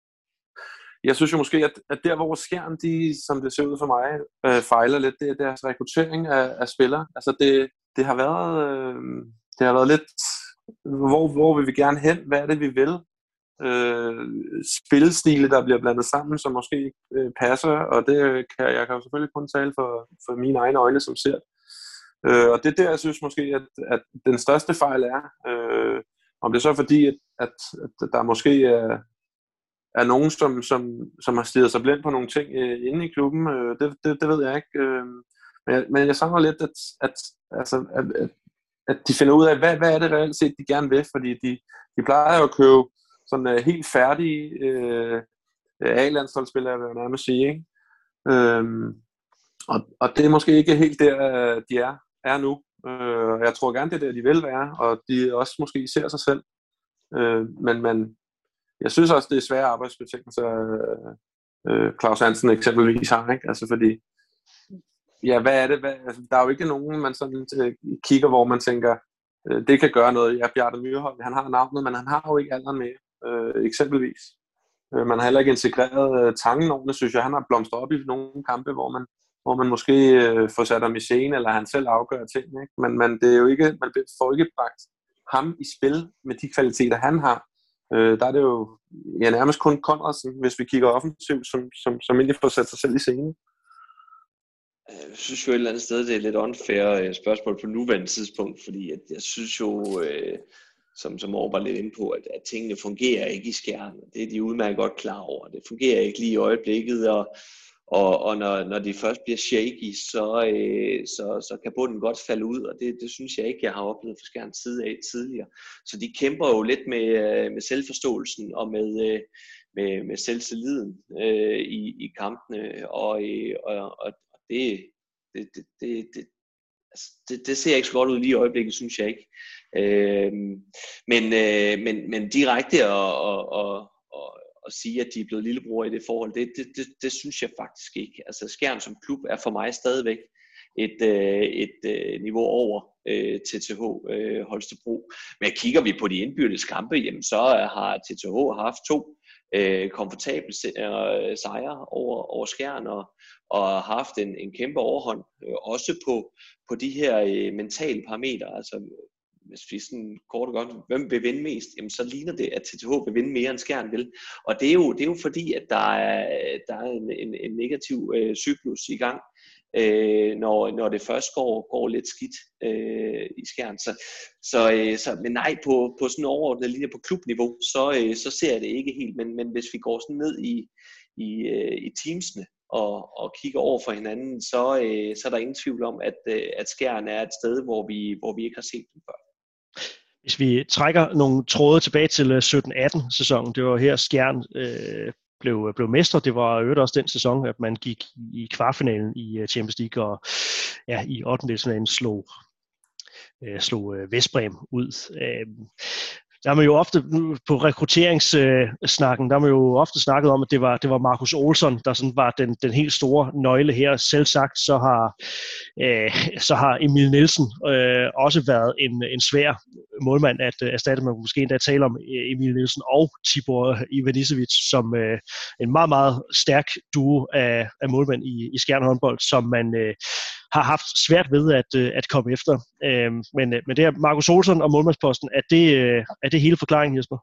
Jeg synes jo måske, at, at der hvor Skjern, de, som det ser ud for mig, øh, fejler lidt, det er deres rekruttering af, af spillere. Altså det, det har været, øh, det har været lidt, hvor, hvor vil vi gerne hen? Hvad er det, vi vil? Øh, spillestile, der bliver blandet sammen, som måske øh, passer, og det kan jeg kan jo selvfølgelig kun tale for, for mine egne øjne, som ser. Øh, og det er der, jeg synes måske, at, at den største fejl er. Øh, om det er så fordi, at, at, at der måske er er nogen, som, som, som har stirret sig blind på nogle ting øh, inde i klubben. Øh, det, det, det ved jeg ikke. Øh, men, jeg, men jeg savner lidt, at, at, altså, at, at, at de finder ud af, hvad, hvad er det reelt set, de gerne vil. Fordi de, de plejer jo at købe sådan uh, helt færdige øh, A-landsholdsspillere, vil jeg nærmest sige. Ikke? Øh, og, og det er måske ikke helt der, de er, er nu. Øh, jeg tror gerne, det er der, de vil være, og de også måske ser sig selv. Øh, men man Jeg synes også, det er svære arbejdsbetingelser, øh, Claus Hansen eksempelvis har, ikke? Altså fordi, ja, hvad er det? Hvad, altså, der er jo ikke nogen, man sådan øh, kigger, hvor man tænker, øh, det kan gøre noget. Ja, Bjarte Myrholm, han har navnet, men han har jo ikke alderen med, øh, eksempelvis. Øh, man har heller ikke integreret øh, tangen ordentligt, synes jeg. Han har blomstret op i nogle kampe, hvor man, hvor man måske øh, får sat ham i scene, eller han selv afgør ting, ikke? Men, men det er jo ikke, man får ikke bragt ham i spil med de kvaliteter, han har. Øh, der er det jo ja, nærmest kun Conradsen, hvis vi kigger offensivt, som, som, som egentlig får sat sig selv i scenen. Jeg synes jo et eller andet sted, det er lidt unfair spørgsmål på nuværende tidspunkt, fordi at jeg synes jo, øh, som, som Aar var lidt inde på, at, at tingene fungerer ikke i Skjern. Det er de udmærket godt klar over. Det fungerer ikke lige i øjeblikket, og, og, og når, når de først bliver shaky, så, øh, så, så kan bunden godt falde ud, og det, det synes jeg ikke, jeg har oplevet fra Skjerns side af tidligere. Så de kæmper jo lidt med, med selvforståelsen og med, med, med selvtilliden øh, i, i kampene, og, og, og det, det, det, det, det, altså det, det ser ikke så godt ud lige i øjeblikket, synes jeg ikke. Øh, men, øh, men, men direkte og, og, og at sige, at de er blevet lillebror i det forhold, det, det, det, det synes jeg faktisk ikke. Altså Skjern som klub er for mig stadigvæk et, et, et niveau over øh, T T H øh, Holstebro. Men kigger vi på de indbyrdes kampe, jamen så har T T H haft to øh, komfortable sejre over, over Skjern, og, og haft en, en kæmpe overhånd, øh, også på, på de her øh, mentale parametre, altså hvis vi sådan kort og godt, hvem vil vinde mest, jamen så ligner det, at T T H vil vinde mere end Skjern vil. Og det er jo, det er jo fordi, at der er, der er en, en, en negativ øh, cyklus i gang, øh, når, når det først går, går lidt skidt øh, i Skjern. Så, så, øh, så, men nej, på, på sådan en overordnet linje på klubniveau, så, øh, så ser jeg det ikke helt. Men, men hvis vi går sådan ned i, i, øh, i teamsene, Og, og kigger over for hinanden, så, øh, så er der ingen tvivl om, at, øh, at Skjern er et sted, hvor vi, hvor vi ikke har set dem før. Hvis vi trækker nogle tråde tilbage til sytten atten sæsonen, det var her Skjern øh, blev, blev mestre. Det var øvrigt også den sæson, at man gik i kvartfinalen i Champions League, og ja, i ottendedelsfinalen slog, øh, slog øh, Vestbrem ud. Øh, Der er man jo ofte på rekrutteringssnakken, der er man jo ofte snakket om, at det var, det var Markus Olsson, der sådan var den, den helt store nøgle her. Selv sagt, så har, øh, så har Emil Nielsen øh, også været en, en svær målmand at erstatte. Man måske endda tale om Emil Nielsen og Tibor Ivanisevic som øh, en meget, meget stærk duo af, af målmænd i, i Skjern håndbold, som man øh, har haft svært ved at, at komme efter. Øh, men, men det her Markus Olsson og målmandsposten, er det, er det hele forklaringen, Jesper?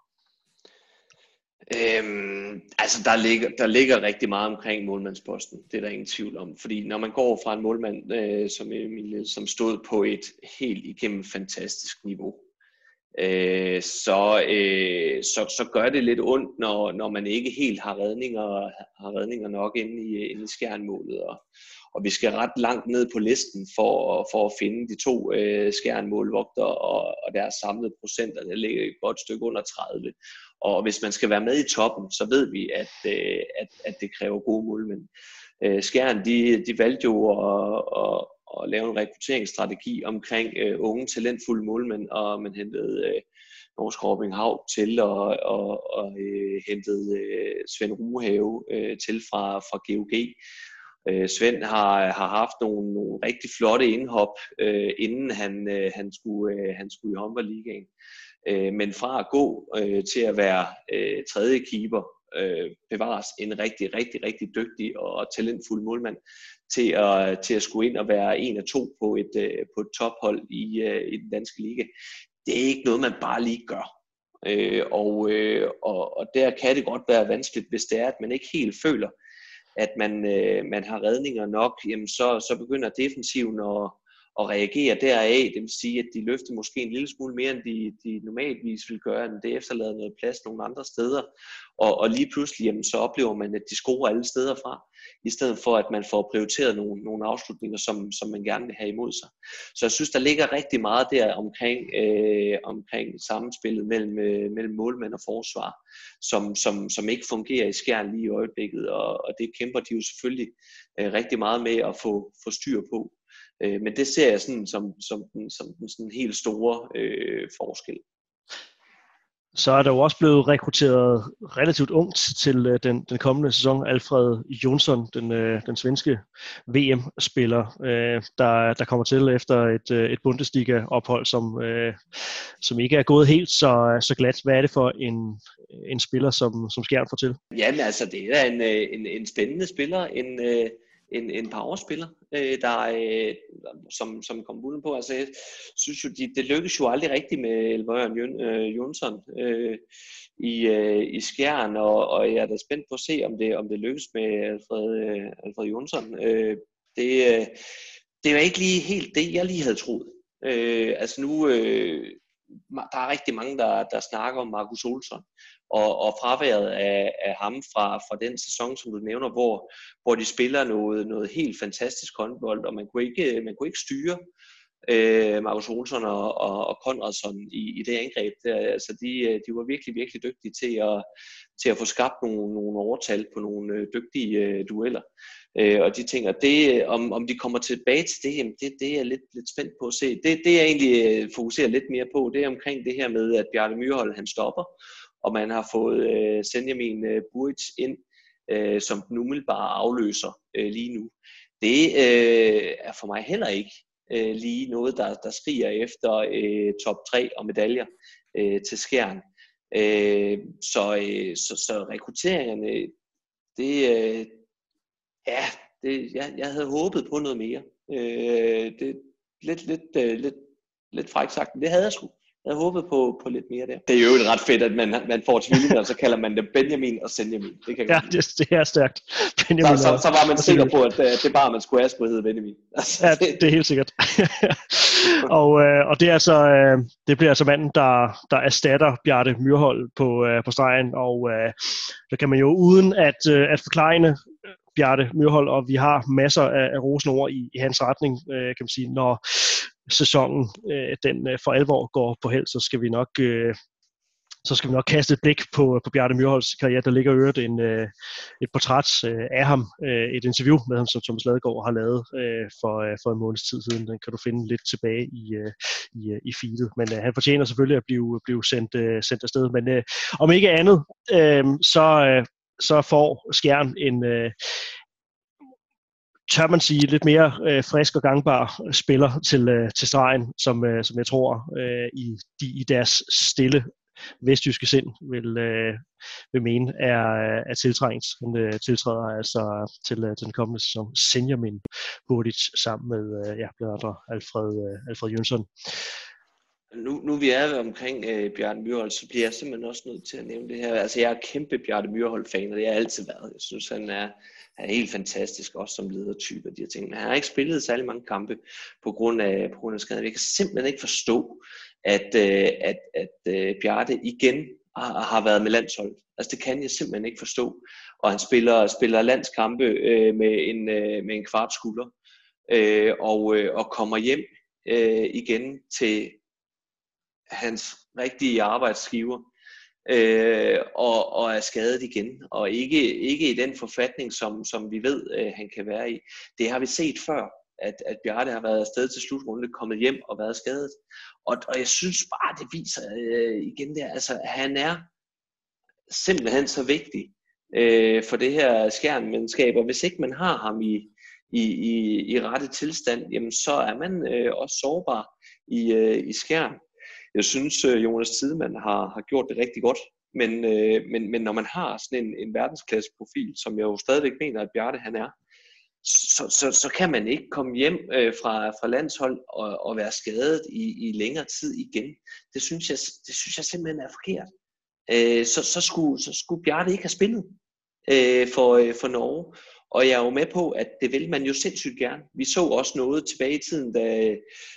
Øhm, altså der ligger, der ligger rigtig meget omkring målmandsposten, det er der ingen tvivl om. Fordi når man går fra en målmand, øh, som Emil, som stod på et helt igennem fantastisk niveau, øh, så, øh, så, så gør det lidt ondt, når, når man ikke helt har redninger, har redninger nok inde i, inde i skjernmålet. Og, og vi skal ret langt ned på listen for, for at finde de to øh, skjernmålvogter og, og deres samlede procenter. Der ligger et godt stykke under tredive. Og hvis man skal være med i toppen, så ved vi, at, øh, at, at det kræver gode målmænd. Øh, Skjern, de, de valgte jo at, at, at lave en rekrutteringsstrategi omkring øh, unge, talentfulde målmænd, og man hentede øh, Norsk Robing Hav til, og, og, og øh, hentede øh, Svend Ruhave øh, til fra, fra G O G. Øh, Svend har, har haft nogle, nogle rigtig flotte indhop, øh, inden han, øh, han, skulle, øh, han skulle i håndboldligaen. Øh, men fra at gå øh, til at være øh, tredje keeper, øh, bevares en rigtig, rigtig, rigtig dygtig og talentfuld målmand, til at, til at skulle ind og være en af to på et, øh, på et tophold i, øh, i den danske liga. Det er ikke noget, man bare lige gør. Øh, og, øh, og, og der kan det godt være vanskeligt, hvis det er, at man ikke helt føler, at man, øh, man har redninger nok, jamen så, så begynder defensiven at, at reagere deraf. Det vil sige, at de løfter måske en lille smule mere, end de, de normalvis vil gøre, end det efterlader noget plads nogle andre steder. Og, og lige pludselig, jamen, så oplever man, at de scorer alle steder fra, i stedet for, at man får prioriteret nogle, nogle afslutninger, som, som man gerne vil have imod sig. Så jeg synes, der ligger rigtig meget der omkring, øh, omkring sammenspillet mellem, øh, mellem målmænd og forsvar, som, som, som ikke fungerer i Skjern lige i øjeblikket, og, og det kæmper de jo selvfølgelig øh, rigtig meget med at få, få styr på. Øh, men det ser jeg sådan, som, som, den, som den sådan helt store øh, forskel. Så er der jo også blevet rekrutteret relativt ungt til øh, den, den kommende sæson. Alfred Jonsson, den, øh, den svenske V M-spiller, øh, der, der kommer til efter et, øh, et Bundesliga-ophold, som, øh, som ikke er gået helt så, så glat. Hvad er det for en, en spiller, som, som Skjern får til? Jamen altså, det er en, en, en spændende spiller, en... Øh En, en powerspiller, øh, der øh, som, som kom uden på. Altså, jeg synes jo, de, det lykkes jo aldrig rigtigt med Elvøren øh, Jonsson øh, i, øh, i Skjern, og, og jeg er da spændt på at se, om det, om det lykkes med Alfred, øh, Alfred Jonsson. Øh, det, øh, det var ikke lige helt det, jeg lige havde troet. Øh, altså nu, øh, der er rigtig mange, der, der snakker om Markus Olsson, og, og fraværet af, af ham fra, fra den sæson, som du nævner, hvor, hvor de spiller noget, noget helt fantastisk håndbold, og man kunne ikke, man kunne ikke styre øh, Markus Olsson og, og, og Konradsson i, i det angreb. Der, altså de, de var virkelig, virkelig dygtige til at, til at få skabt nogle, nogle overtal på nogle øh, dygtige øh, dueller. Øh, og de tænker, det, om, om de kommer tilbage til det, jamen det, det er jeg lidt, lidt spændt på at se. Det, det jeg egentlig fokuserer lidt mere på, det er omkring det her med, at Bjarne Myrhold han stopper, og man har fået øh, Senjamin øh, Buric ind, øh, som den umiddelbare afløser øh, lige nu. Det øh, er for mig heller ikke øh, lige noget, der, der skriger efter øh, top tre og medaljer øh, til Skjern. Øh, så, øh, så, så rekrutteringerne, det, øh, ja, det, jeg, jeg havde håbet på noget mere. Øh, det er lidt, lidt, øh, lidt, lidt frækt sagt, men det havde jeg sgu. Jeg håbede på, på lidt mere der. Det er jo ret fedt, at man, man får tvillinger, og så kalder man det Benjamin og Senjamin. Det kan ja, det, det er stærkt. Benjamin så, så, så var man sikker på, at uh, det bare man skulle have skulle hedde Benjamin. Altså, ja, det, det er helt sikkert. og, øh, og det er altså øh, det bliver altså manden, der, der erstatter Bjarne Myrhold på, øh, på stregen, og øh, der kan man jo uden at, øh, at forklejne Bjarne Myrhold, og vi har masser af, af rosenord i, i hans retning, øh, kan man sige, når sæsonen øh, den øh, for alvor går på held, så skal vi nok øh, så skal vi nok kaste et blik på, på Bjarne Myrholds karriere. Der ligger øvrigt en, øh, et portræt øh, af ham, øh, et interview med ham, som Thomas Ladegaard har lavet øh, for, øh, for en måneds tid siden. Den kan du finde lidt tilbage i, øh, i, øh, i feedet. Men øh, han fortjener selvfølgelig at blive, blive sendt, øh, sendt afsted. Men øh, om ikke andet, øh, så, øh, så får Skjern en øh, tør man sige, lidt mere øh, frisk og gangbar spiller til, øh, til stregen, som, øh, som jeg tror, øh, i, de, i deres stille vestjyske sind vil, øh, vil mene er, er tiltrængt. Han øh, tiltræder altså til, øh, til den kommende sæson Senjamin Buric sammen med øh, ja, blandt andre Alfred, øh, Alfred Jonsson. Nu, nu vi er omkring øh, Bjarne Myrhold, så bliver jeg simpelthen også nødt til at nævne det her. Altså jeg er kæmpe Bjarne Myrhold-fan, og det har jeg altid været. Jeg synes, han er, han er helt fantastisk, også som ledertype og de her ting. Men han har ikke spillet særlig mange kampe på grund af, på grund af skaden. Jeg kan simpelthen ikke forstå, at, øh, at, at øh, Bjarte igen har, har været med landshold. Altså det kan jeg simpelthen ikke forstå. Og han spiller, spiller landskampe øh, med, en, øh, med en kvart skulder, øh, og, øh, og kommer hjem øh, igen til hans rigtige arbejdsgiver, øh, og, og er skadet igen, og ikke, ikke i den forfatning, som, som vi ved, øh, han kan være i. Det har vi set før, at, at Bjarte har været afsted til slutrunde, kommet hjem og været skadet. Og, og jeg synes bare, det viser øh, igen der, altså han er simpelthen så vigtig øh, for det her Skjern-mandskab, og hvis ikke man har ham i, i, i, i rette tilstand, jamen så er man øh, også sårbar i, øh, i Skjern. Jeg synes, øh, Jonas Tidemand har, har gjort det rigtig godt, men, øh, men, men når man har sådan en, en verdensklasseprofil, som jeg jo stadigvæk mener, at Bjarte han er, så, så, så kan man ikke komme hjem øh, fra, fra landshold og, og være skadet i, i længere tid igen. Det synes jeg, det synes jeg simpelthen er forkert. Øh, så, så, skulle, så skulle Bjarte ikke have spillet øh, for, øh, for Norge. Og jeg er jo med på, at det vil man jo sindssygt gerne. Vi så også noget tilbage i tiden, da,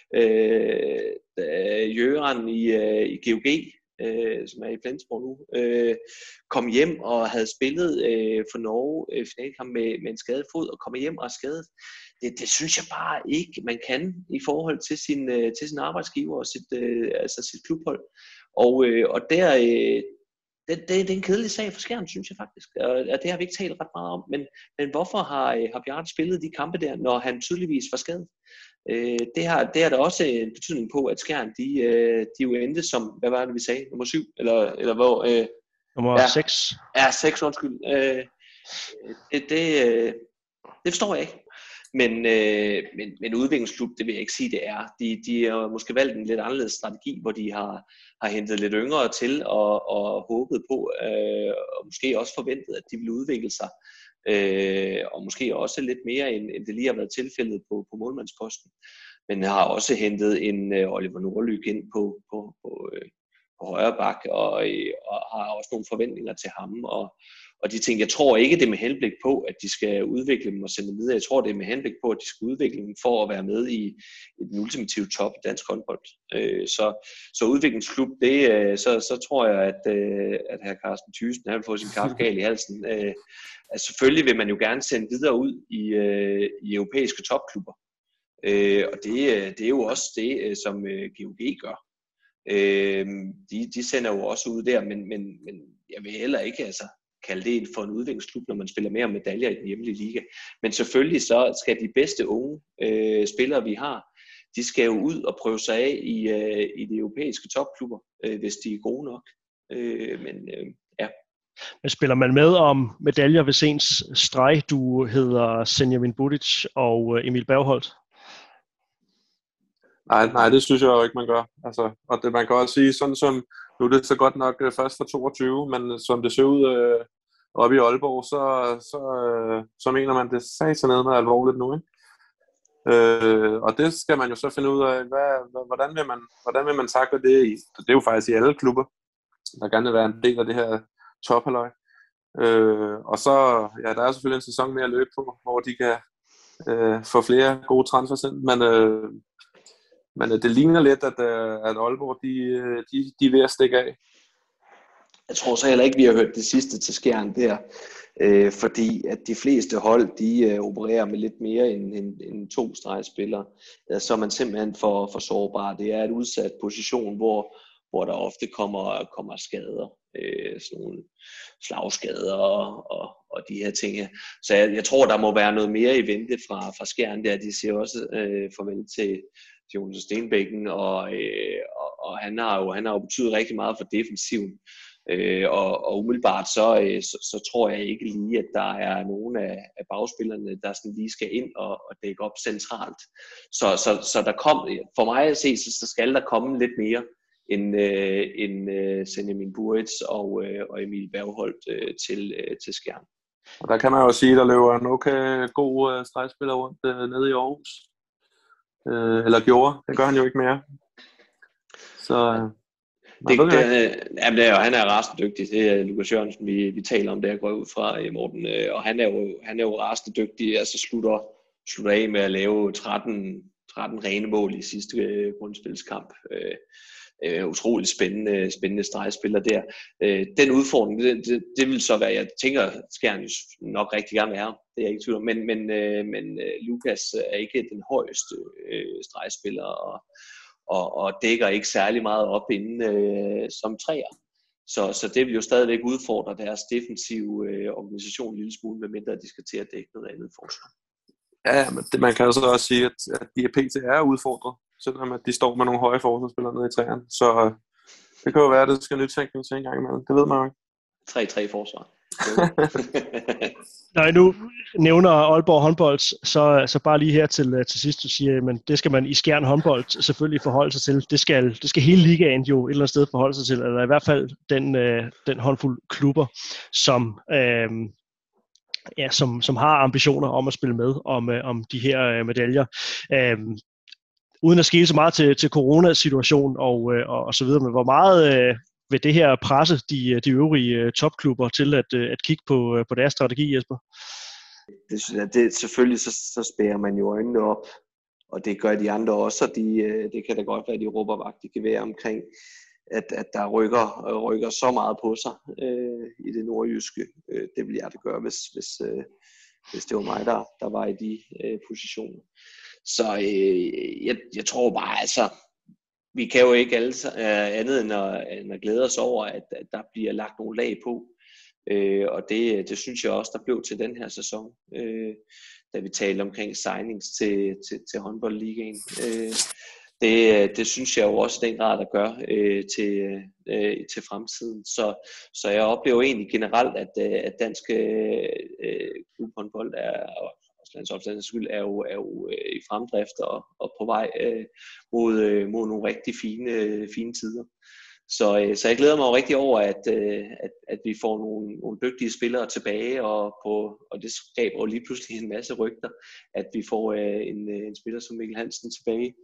øh, da Jørgen i, øh, i G O G, øh, som er i Flensborg nu, øh, kom hjem og havde spillet øh, for Norge øh, finalkamp med, med en skadet fod, og kom hjem og er skadet. Det, det synes jeg bare ikke, man kan i forhold til sin, øh, til sin arbejdsgiver og sit, øh, altså sit klubhold. Og, øh, og der... Øh, Det, det, det er en kedelig sag for Skjern, synes jeg faktisk, og det har vi ikke talt ret meget om, men, men hvorfor har, har Bjarte spillet de kampe der, når han tydeligvis var skadet? Øh, det, har, det har der også en betydning på, at Skjern, de, de jo endte som, hvad var det vi sagde, nummer syv, eller, eller hvor? Øh, nummer ja, seks. Ja, seks, undskyld. Øh, det, det, det forstår jeg ikke. Men, øh, men, men udviklingsklub, det vil jeg ikke sige, det er. De, de har måske valgt en lidt anderledes strategi, hvor de har, har hentet lidt yngre til og, og håbet på, øh, og måske også forventet, at de ville udvikle sig. Øh, og måske også lidt mere, end, end det lige har været tilfældet på, på målmandsposten. Men har også hentet en øh, Oliver Nordlyk ind på, på, på, øh, på højre bak, og, øh, og har også nogle forventninger til ham. Og, Og de ting, jeg tror ikke, det er med henblik på, at de skal udvikle dem og sende dem videre. Jeg tror, det er med henblik på, at de skal udvikle dem for at være med i, i den ultimative top i dansk håndbold. Øh, så, så udviklingsklub, det, så, så tror jeg, at, at hr. Carsten Thyssen, han vil få sin kaffe gal i halsen. Øh, altså, selvfølgelig vil man jo gerne sende videre ud i, i europæiske topklubber. Øh, og det, det er jo også det, som G O G gør. Øh, de, de sender jo også ud der, men, men, men jeg vil heller ikke, altså, kalde det for en udviklingsklub, når man spiller mere medaljer i den hjemlige liga. Men selvfølgelig så skal de bedste unge øh, spillere, vi har, de skal jo ud og prøve sig af i, øh, i de europæiske topklubber, øh, hvis de er gode nok. Øh, men øh, ja. Men spiller man med om medaljer, hvis ens streg-duo hedder Senjamin Budic og Emil Bergholt? Nej, nej, det synes jeg jo ikke, man gør. Altså, og det, man kan også sige, sådan som, nu er det så godt nok først for toogtyve, men som det ser ud øh, oppe i Aalborg, så, så, øh, så mener man, det satanede med alvorligt nu, ikke? Øh, og det skal man jo så finde ud af, hvad, hvordan, vil man, hvordan vil man takle det i? Det er jo faktisk i alle klubber, der gerne vil være en del af det her tophalløj. Øh, og så, ja, der er selvfølgelig en sæson mere at løbe på, hvor de kan øh, få flere gode transfers ind, men øh, Men det ligner lidt, at, at Aalborg, de, de, de er ved at stikke af. Jeg tror så heller ikke, vi har hørt det sidste til Skjern der. Øh, fordi at de fleste hold, de øh, opererer med lidt mere end, end, end to stregspillere. Ja, så er man simpelthen for, for sårbar. Det er et udsat position, hvor, hvor der ofte kommer, kommer skader. Øh, sådan nogle slagskader og, og, og de her ting. Så jeg, jeg tror, der må være noget mere i vente fra, fra Skjern der. De siger også øh, farvel til Jonas Stenbækken, og, øh, og, og han har jo han har jo betydet rigtig meget for defensiven. Øh, og, og umiddelbart så, øh, så, så tror jeg ikke lige, at der er nogen af, af bagspillerne, der sådan lige skal ind og, og dække op centralt. Så, så, så der kom, for mig at se, så, så skal der komme lidt mere end, øh, end øh, Senjamin Budic og, øh, og Emil Bergholt øh, til, øh, til Skjern. Og der kan man jo sige, at der løber en okay god øh, stregspiller rundt øh, nede i Aarhus. Øh, eller gjorde. Det gør han jo ikke mere. Så øh, det, det, det, jamen det er jo, han er rasende dygtig. Det er Lukas Jørgensen, vi, vi taler om, der går ud fra Morten. Og han er jo, han er jo rasende dygtig. Altså slutter, slutter af med at lave tretten, tretten rene mål i sidste øh, grundspilskamp. Øh, øh, utroligt spændende, spændende stregspiller der. Øh, den udfordring, det, det, det vil så være, jeg tænker, skal han jo nok rigtig gerne være, det er jeg ikke tvivl om, men, men, øh, men øh, Lukas er ikke den højeste øh, stregspiller, og, og, og dækker ikke særlig meget op inden øh, som træer. Så, så det vil jo stadigvæk udfordre deres defensive øh, organisation en lille smule, medmindre de skal til at dække noget andet forsvar. Ja, men det, man kan jo så også sige, at, at de P T er udfordret, selvom at de står med nogle høje forsvarsspillere nede i træerne. Så øh, det kan jo være, at det skal nytænkning til en gang imellem. Det ved man jo ikke. tre tre forsvar. Når jeg nu nævner Aalborg håndbold, så, så bare lige her til, til sidst, du siger, men det skal man i Skjern håndbold selvfølgelig forholde sig til. Det skal, det skal hele ligaen jo et eller andet sted forholde sig til, eller i hvert fald den, øh, den håndfuld klubber, som, øh, ja, som, som har ambitioner om at spille med om, øh, om de her øh, medaljer. Øh, uden at skille så meget til, til coronasituation og, øh, og, og så videre, men hvor meget øh, vil det her presse de, de øvrige øh, topklubber til at, øh, at kigge på, øh, på deres strategi, Jesper? Det, det, selvfølgelig så, så spærer man jo øjnene op, og det gør de andre også, og de, det kan da godt være, at de råber vagt i gevær omkring, at, at der rykker, rykker så meget på sig øh, i det nordjyske. Øh, det ville jeg da gøre, hvis, hvis, øh, hvis det var mig, der, der var i de øh, positioner. Så øh, jeg, jeg tror bare, altså, vi kan jo ikke alle øh, andet end at, end at glæde os over, at, at der bliver lagt nogle lag på. Øh, og det, det synes jeg også, der blev til den her sæson, øh, da vi talte omkring signings til, til, til håndboldligaen. Øh, det, det synes jeg jo også den grad, der gør øh, til, øh, til fremtiden. Så, så jeg oplever egentlig generelt, at, at dansk øh, klubhåndbold er, og landsholdslandets skyld, er jo, er jo i fremdrift og, og på vej øh, mod, øh, mod nogle rigtig fine, fine tider. Så, så jeg glæder mig jo rigtig over, at, at, at vi får nogle, nogle dygtige spillere tilbage, og, på, og det skaber jo lige pludselig en masse rygter, at vi får en, en spiller som Mikkel Hansen tilbage.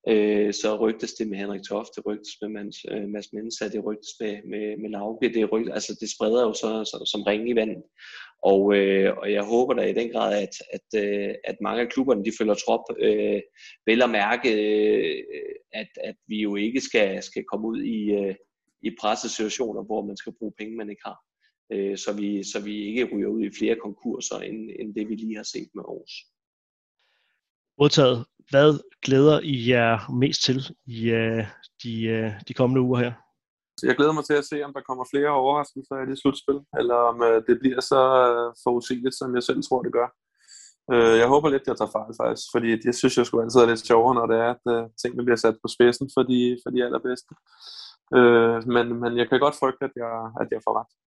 Så rygtes det med Henrik Toft, det rygtes med Mads Mensa, det rygtes med, med, med Lauke, det rygtes, altså det spreder jo så, så som ringe i vandet. Og, og jeg håber da i den grad, at, at, at mange af klubberne de følger trop, øh, vel at mærke, at, at vi jo ikke skal, skal komme ud i, i pressesituationer, hvor man skal bruge penge, man ikke har. Øh, så, vi, så vi ikke ryger ud i flere konkurser, end, end det vi lige har set med Aarhus. Modtaget. Hvad glæder I jer mest til i uh, de, uh, de kommende uger her? Jeg glæder mig til at se, om der kommer flere overraskelser i det slutspil, eller om uh, det bliver så uh, forudsigeligt, som jeg selv tror, det gør. Uh, jeg håber lidt, at jeg tager fejl faktisk, fordi det synes jeg sgu altid er lidt sjovere, når det er, at uh, tingene bliver sat på spidsen for de, for de allerbedste. Uh, men, men jeg kan godt frygte, at jeg, at jeg får ret.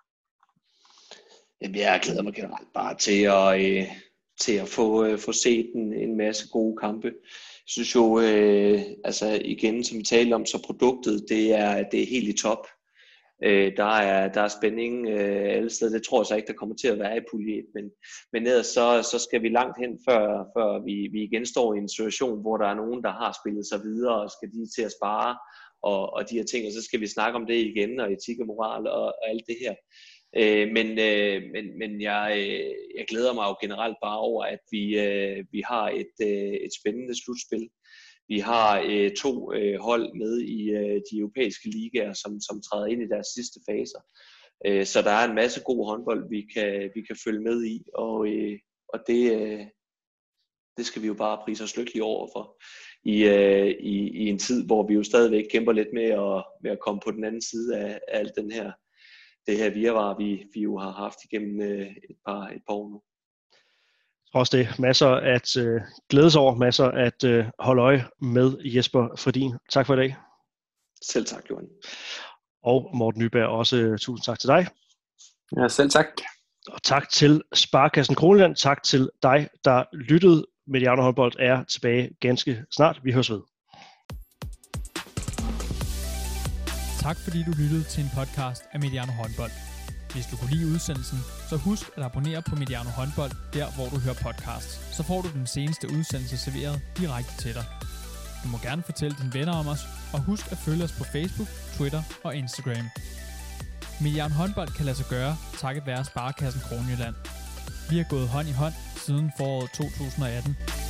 Jamen, jeg glæder mig generelt bare til at... Øh... til at få, øh, få set en, en masse gode kampe. Jeg synes jo, øh, altså igen, som vi talte om, så produktet, det er, det er helt i top. Øh, der, er, der er spænding øh, alle steder. Det tror jeg så ikke, der kommer til at være i pulje et, men, men ellers så, så skal vi langt hen, før, før vi, vi igen står i en situation, hvor der er nogen, der har spillet sig videre, og skal de til at spare, og, og de her ting, og så skal vi snakke om det igen, og etik og moral, og, og alt det her. Øh, men øh, men, men jeg, øh, jeg glæder mig jo generelt bare over, at vi, øh, vi har et, øh, et spændende slutspil. Vi har øh, to øh, hold med i øh, de europæiske ligaer, som, som træder ind i deres sidste faser. Øh, så der er en masse god håndbold, vi kan, vi kan følge med i, og, øh, og det, øh, det skal vi jo bare prise os lykkelige over for. I, øh, i, I en tid, hvor vi jo stadigvæk kæmper lidt med at, med at komme på den anden side af, af alt den her det her virvar, vi, vi jo har haft igennem øh, et, par, et par år nu. Trods det, masser at øh, glædes over, masser at øh, holde øje med Jesper Fredin. Tak for i dag. Selv tak, Johan. Og Morten Nyberg, også øh, tusind tak til dig. Ja, selv tak. Og tak til Sparekassen Kronjylland. Tak til dig, der lyttede. Mediano Håndbold er tilbage ganske snart. Vi høres ved. Tak fordi du lyttede til en podcast af Mediano Håndbold. Hvis du kunne lide udsendelsen, så husk at abonnere på Mediano Håndbold, der hvor du hører podcasts. Så får du den seneste udsendelse serveret direkte til dig. Du må gerne fortælle dine venner om os, og husk at følge os på Facebook, Twitter og Instagram. Mediano Håndbold kan lade sig gøre, takket være Sparekassen Kronjylland. Vi har gået hånd i hånd siden foråret to tusind og atten.